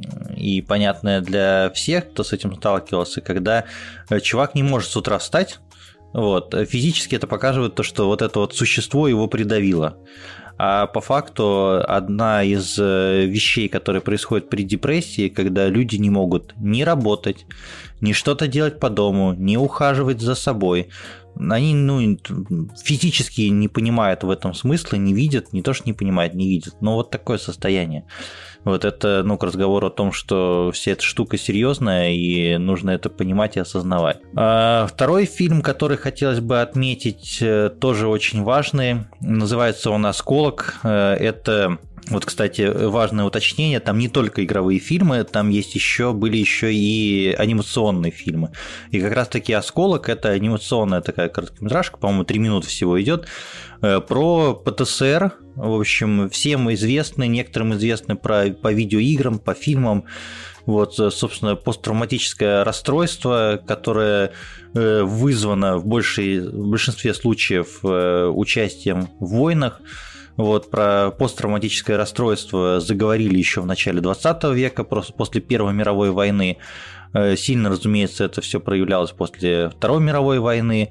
и понятная для всех, кто с этим сталкивался, когда чувак не может с утра встать. Вот. Физически это показывает то, что вот это вот существо его придавило. А по факту одна из вещей, которые происходят при депрессии, когда люди не могут ни работать, ни что-то делать по дому, ни ухаживать за собой. Они физически не понимают в этом смысла, не видят, не то что не понимают, не видят. Но вот такое состояние. Вот это, к разговору о том, что вся эта штука серьезная, и нужно это понимать и осознавать. Второй фильм, который хотелось бы отметить, тоже очень важный, называется он «Осколок». Это, вот, кстати, важное уточнение, там не только игровые фильмы, там были еще и анимационные фильмы. И как раз-таки «Осколок» — это анимационная такая короткометражка, по-моему, 3 минуты всего идет, про ПТСР, в общем, всем известны, некоторым известны по видеоиграм, по фильмам. Вот, собственно, посттравматическое расстройство, которое вызвано в большинстве случаев участием в войнах. Вот, про посттравматическое расстройство заговорили еще в начале 20 века, просто после Первой мировой войны. Сильно, разумеется, это все проявлялось после Второй мировой войны.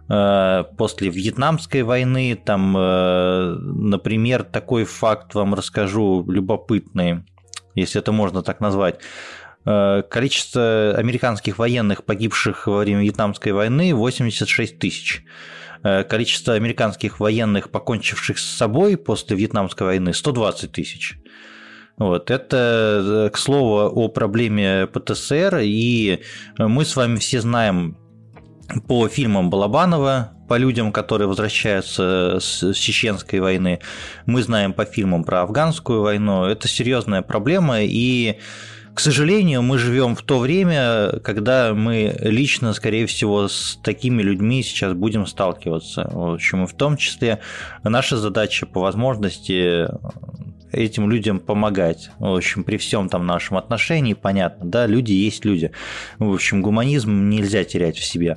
После Вьетнамской войны, там, например, такой факт вам расскажу любопытный, если это можно так назвать. Количество американских военных, погибших во время Вьетнамской войны, 86 тысяч. Количество американских военных, покончивших с собой после Вьетнамской войны, 120 тысяч. Вот. Это, к слову, о проблеме ПТСР, и мы с вами все знаем по фильмам Балабанова, по людям, которые возвращаются с Чеченской войны, мы знаем по фильмам про Афганскую войну, это серьезная проблема, и, к сожалению, мы живем в то время, когда мы лично, скорее всего, с такими людьми сейчас будем сталкиваться. В общем, и в том числе наша задача по возможности этим людям помогать. В общем, при всем там нашем отношении, понятно, да, люди есть люди. В общем, гуманизм нельзя терять в себе.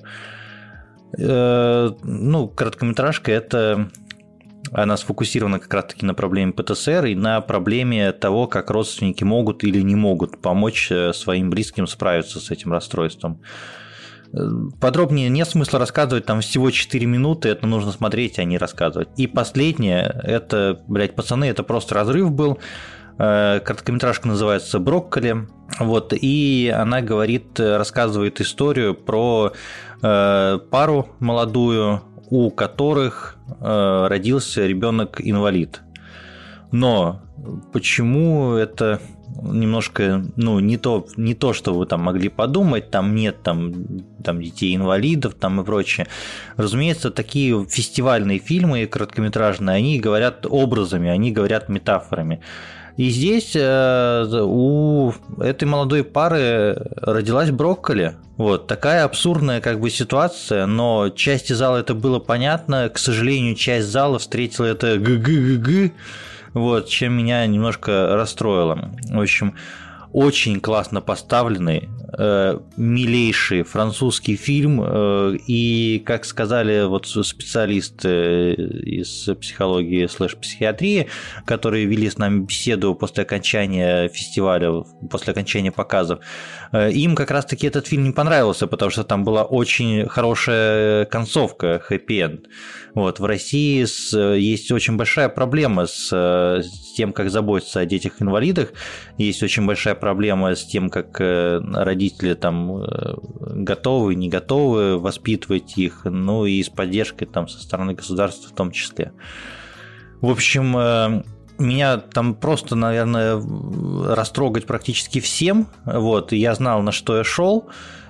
Короткометражка она сфокусирована как раз-таки на проблеме ПТСР и на проблеме того, как родственники могут или не могут помочь своим близким справиться с этим расстройством. подробнее нет смысла рассказывать, там всего 4 минуты, это нужно смотреть, а не рассказывать. И последнее, это, блядь, пацаны, это просто разрыв был. Короткометражка называется «Брокколи». Вот, и она рассказывает историю про пару молодую, у которых родился ребенок-инвалид. Но почему это немножко, не то, что вы там могли подумать, там нет там детей-инвалидов там и прочее. Разумеется, такие фестивальные фильмы короткометражные, они говорят образами, они говорят метафорами. И здесь у этой молодой пары родилась брокколи. Вот такая абсурдная ситуация, но части зала это было понятно. К сожалению, часть зала встретила это г-г-г-г. Вот, чем меня немножко расстроило. В общем, очень классно поставленный, милейший французский фильм. И, как сказали специалисты из психологии /психиатрии, которые вели с нами беседу после окончания фестиваля, после окончания показов, им как раз-таки этот фильм не понравился, потому что там была очень хорошая концовка, хэппи-энд. Вот, в России есть очень большая проблема с тем, как заботиться о детях-инвалидах. Есть очень большая проблема с тем, как родители там готовы, не готовы воспитывать их, и с поддержкой там со стороны государства в том числе. В общем, меня там просто, наверное, растрогать практически всем. Вот, я знал, на что я шел,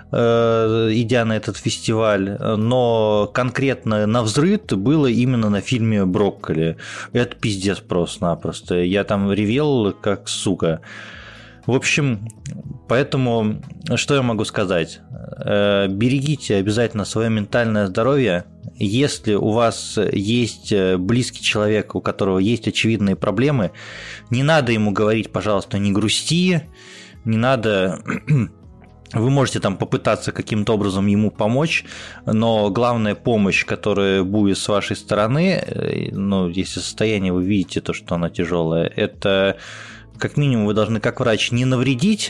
идя на этот фестиваль, но конкретно навзрыд было именно на фильме «Брокколи». Это пиздец просто-напросто. Я там ревел как сука. В общем, поэтому что я могу сказать? Берегите обязательно свое ментальное здоровье. Если у вас есть близкий человек, у которого есть очевидные проблемы, не надо ему говорить, пожалуйста, не грусти, не надо... Вы можете там попытаться каким-то образом ему помочь, но главная помощь, которая будет с вашей стороны, если состояние вы видите, то, что оно тяжелое, это как минимум вы должны как врач не навредить,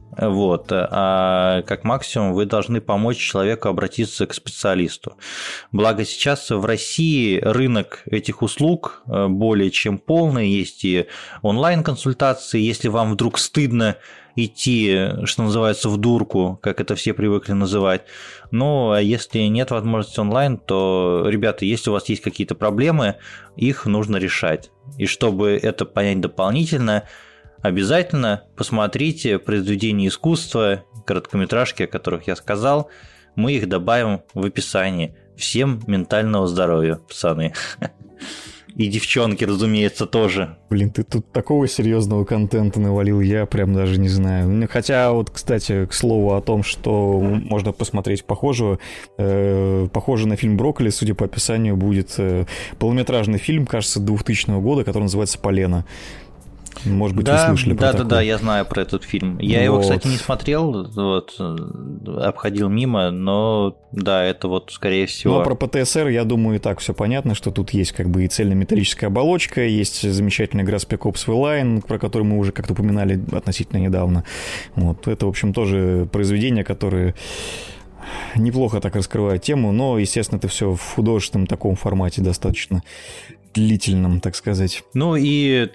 а как максимум вы должны помочь человеку обратиться к специалисту. Благо сейчас в России рынок этих услуг более чем полный, есть и онлайн-консультации, если вам вдруг стыдно идти, что называется, в дурку, как это все привыкли называть. А если нет возможности онлайн, то, ребята, если у вас есть какие-то проблемы, их нужно решать. И чтобы это понять дополнительно, обязательно посмотрите произведения искусства, короткометражки, о которых я сказал. Мы их добавим в описании. Всем ментального здоровья, пацаны. И девчонки, разумеется, тоже. Блин, ты тут такого серьезного контента навалил, я прям даже не знаю. Хотя кстати, к слову о том, что можно посмотреть похоже на фильм «Брокколи», судя по описанию, будет полнометражный фильм, кажется, 2000 года, который называется «Полено». Может быть, вы слышали про такой. Да, я знаю про этот фильм. Я его, кстати, не смотрел, обходил мимо, но да, это скорее всего... Ну, а про ПТСР, я думаю, и так все понятно, что тут есть и цельнометаллическая оболочка, есть замечательная игра Spec Ops The Line, про которую мы уже как-то упоминали относительно недавно. Это, в общем, тоже произведение, которое неплохо так раскрывает тему, но, естественно, это все в художественном таком формате достаточно длительном, так сказать. И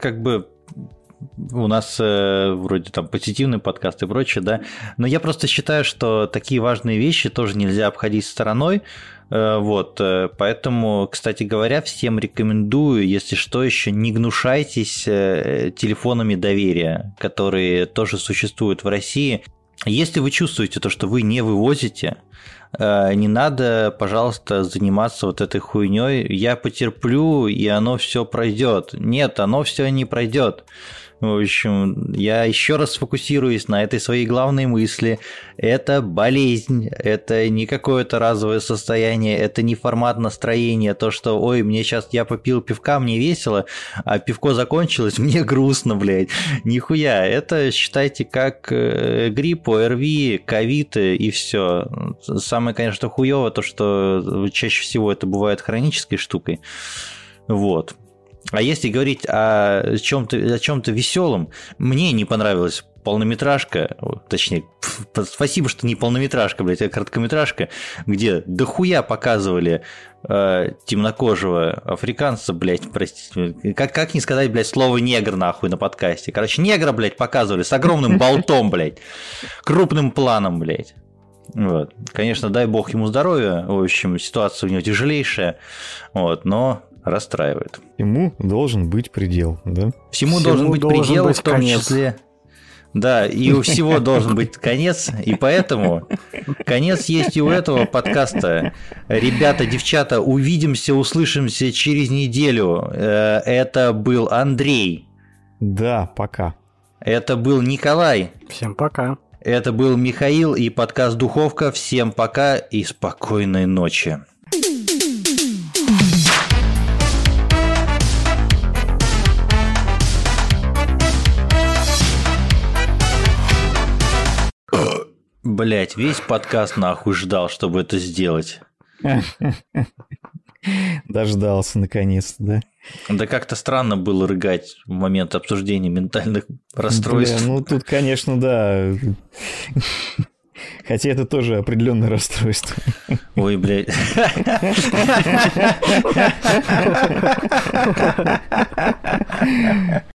у нас вроде там позитивный подкаст и прочее, да, но я просто считаю, что такие важные вещи тоже нельзя обходить стороной, поэтому, кстати говоря, всем рекомендую, если что, еще не гнушайтесь телефонами доверия, которые тоже существуют в России. Если вы чувствуете то, что вы не вывозите, не надо, пожалуйста, заниматься этой хуйней. Я потерплю, и оно все пройдет. Нет, оно все не пройдет. В общем, я еще раз сфокусируюсь на этой своей главной мысли. Это болезнь, это не какое-то разовое состояние, это не формат настроения, то, что, ой, я попил пивка, мне весело, а пивко закончилось, мне грустно, блядь. Нихуя, это считайте как грипп, ОРВИ, ковид и все. Самое, конечно, хуёво то, что чаще всего это бывает хронической штукой. А если говорить о чем-то веселом, мне не понравилась полнометражка, точнее, спасибо, что не полнометражка, блядь, а короткометражка, где дохуя показывали темнокожего африканца, блядь, простите, как не сказать, блядь, слово негр нахуй на подкасте. Короче, негра, блядь, показывали с огромным болтом, блядь, крупным планом, блядь. Вот. Конечно, дай бог ему здоровья, в общем, ситуация у него тяжелейшая, вот, но расстраивает. Всему должен быть предел, да? Всему должен быть предел, в том числе. Да, и у всего должен быть конец, и поэтому конец есть и у этого подкаста. Ребята, девчата, увидимся, услышимся через неделю. Это был Андрей. Да, пока. Это был Николай. Всем пока. Это был Михаил и подкаст «Духовка». Всем пока и спокойной ночи. Блять, весь подкаст нахуй ждал, чтобы это сделать. Дождался наконец-то, да? Да как-то странно было рыгать в момент обсуждения ментальных расстройств. Бля, ну тут, конечно, да. Хотя это тоже определенное расстройство. Ой, блядь.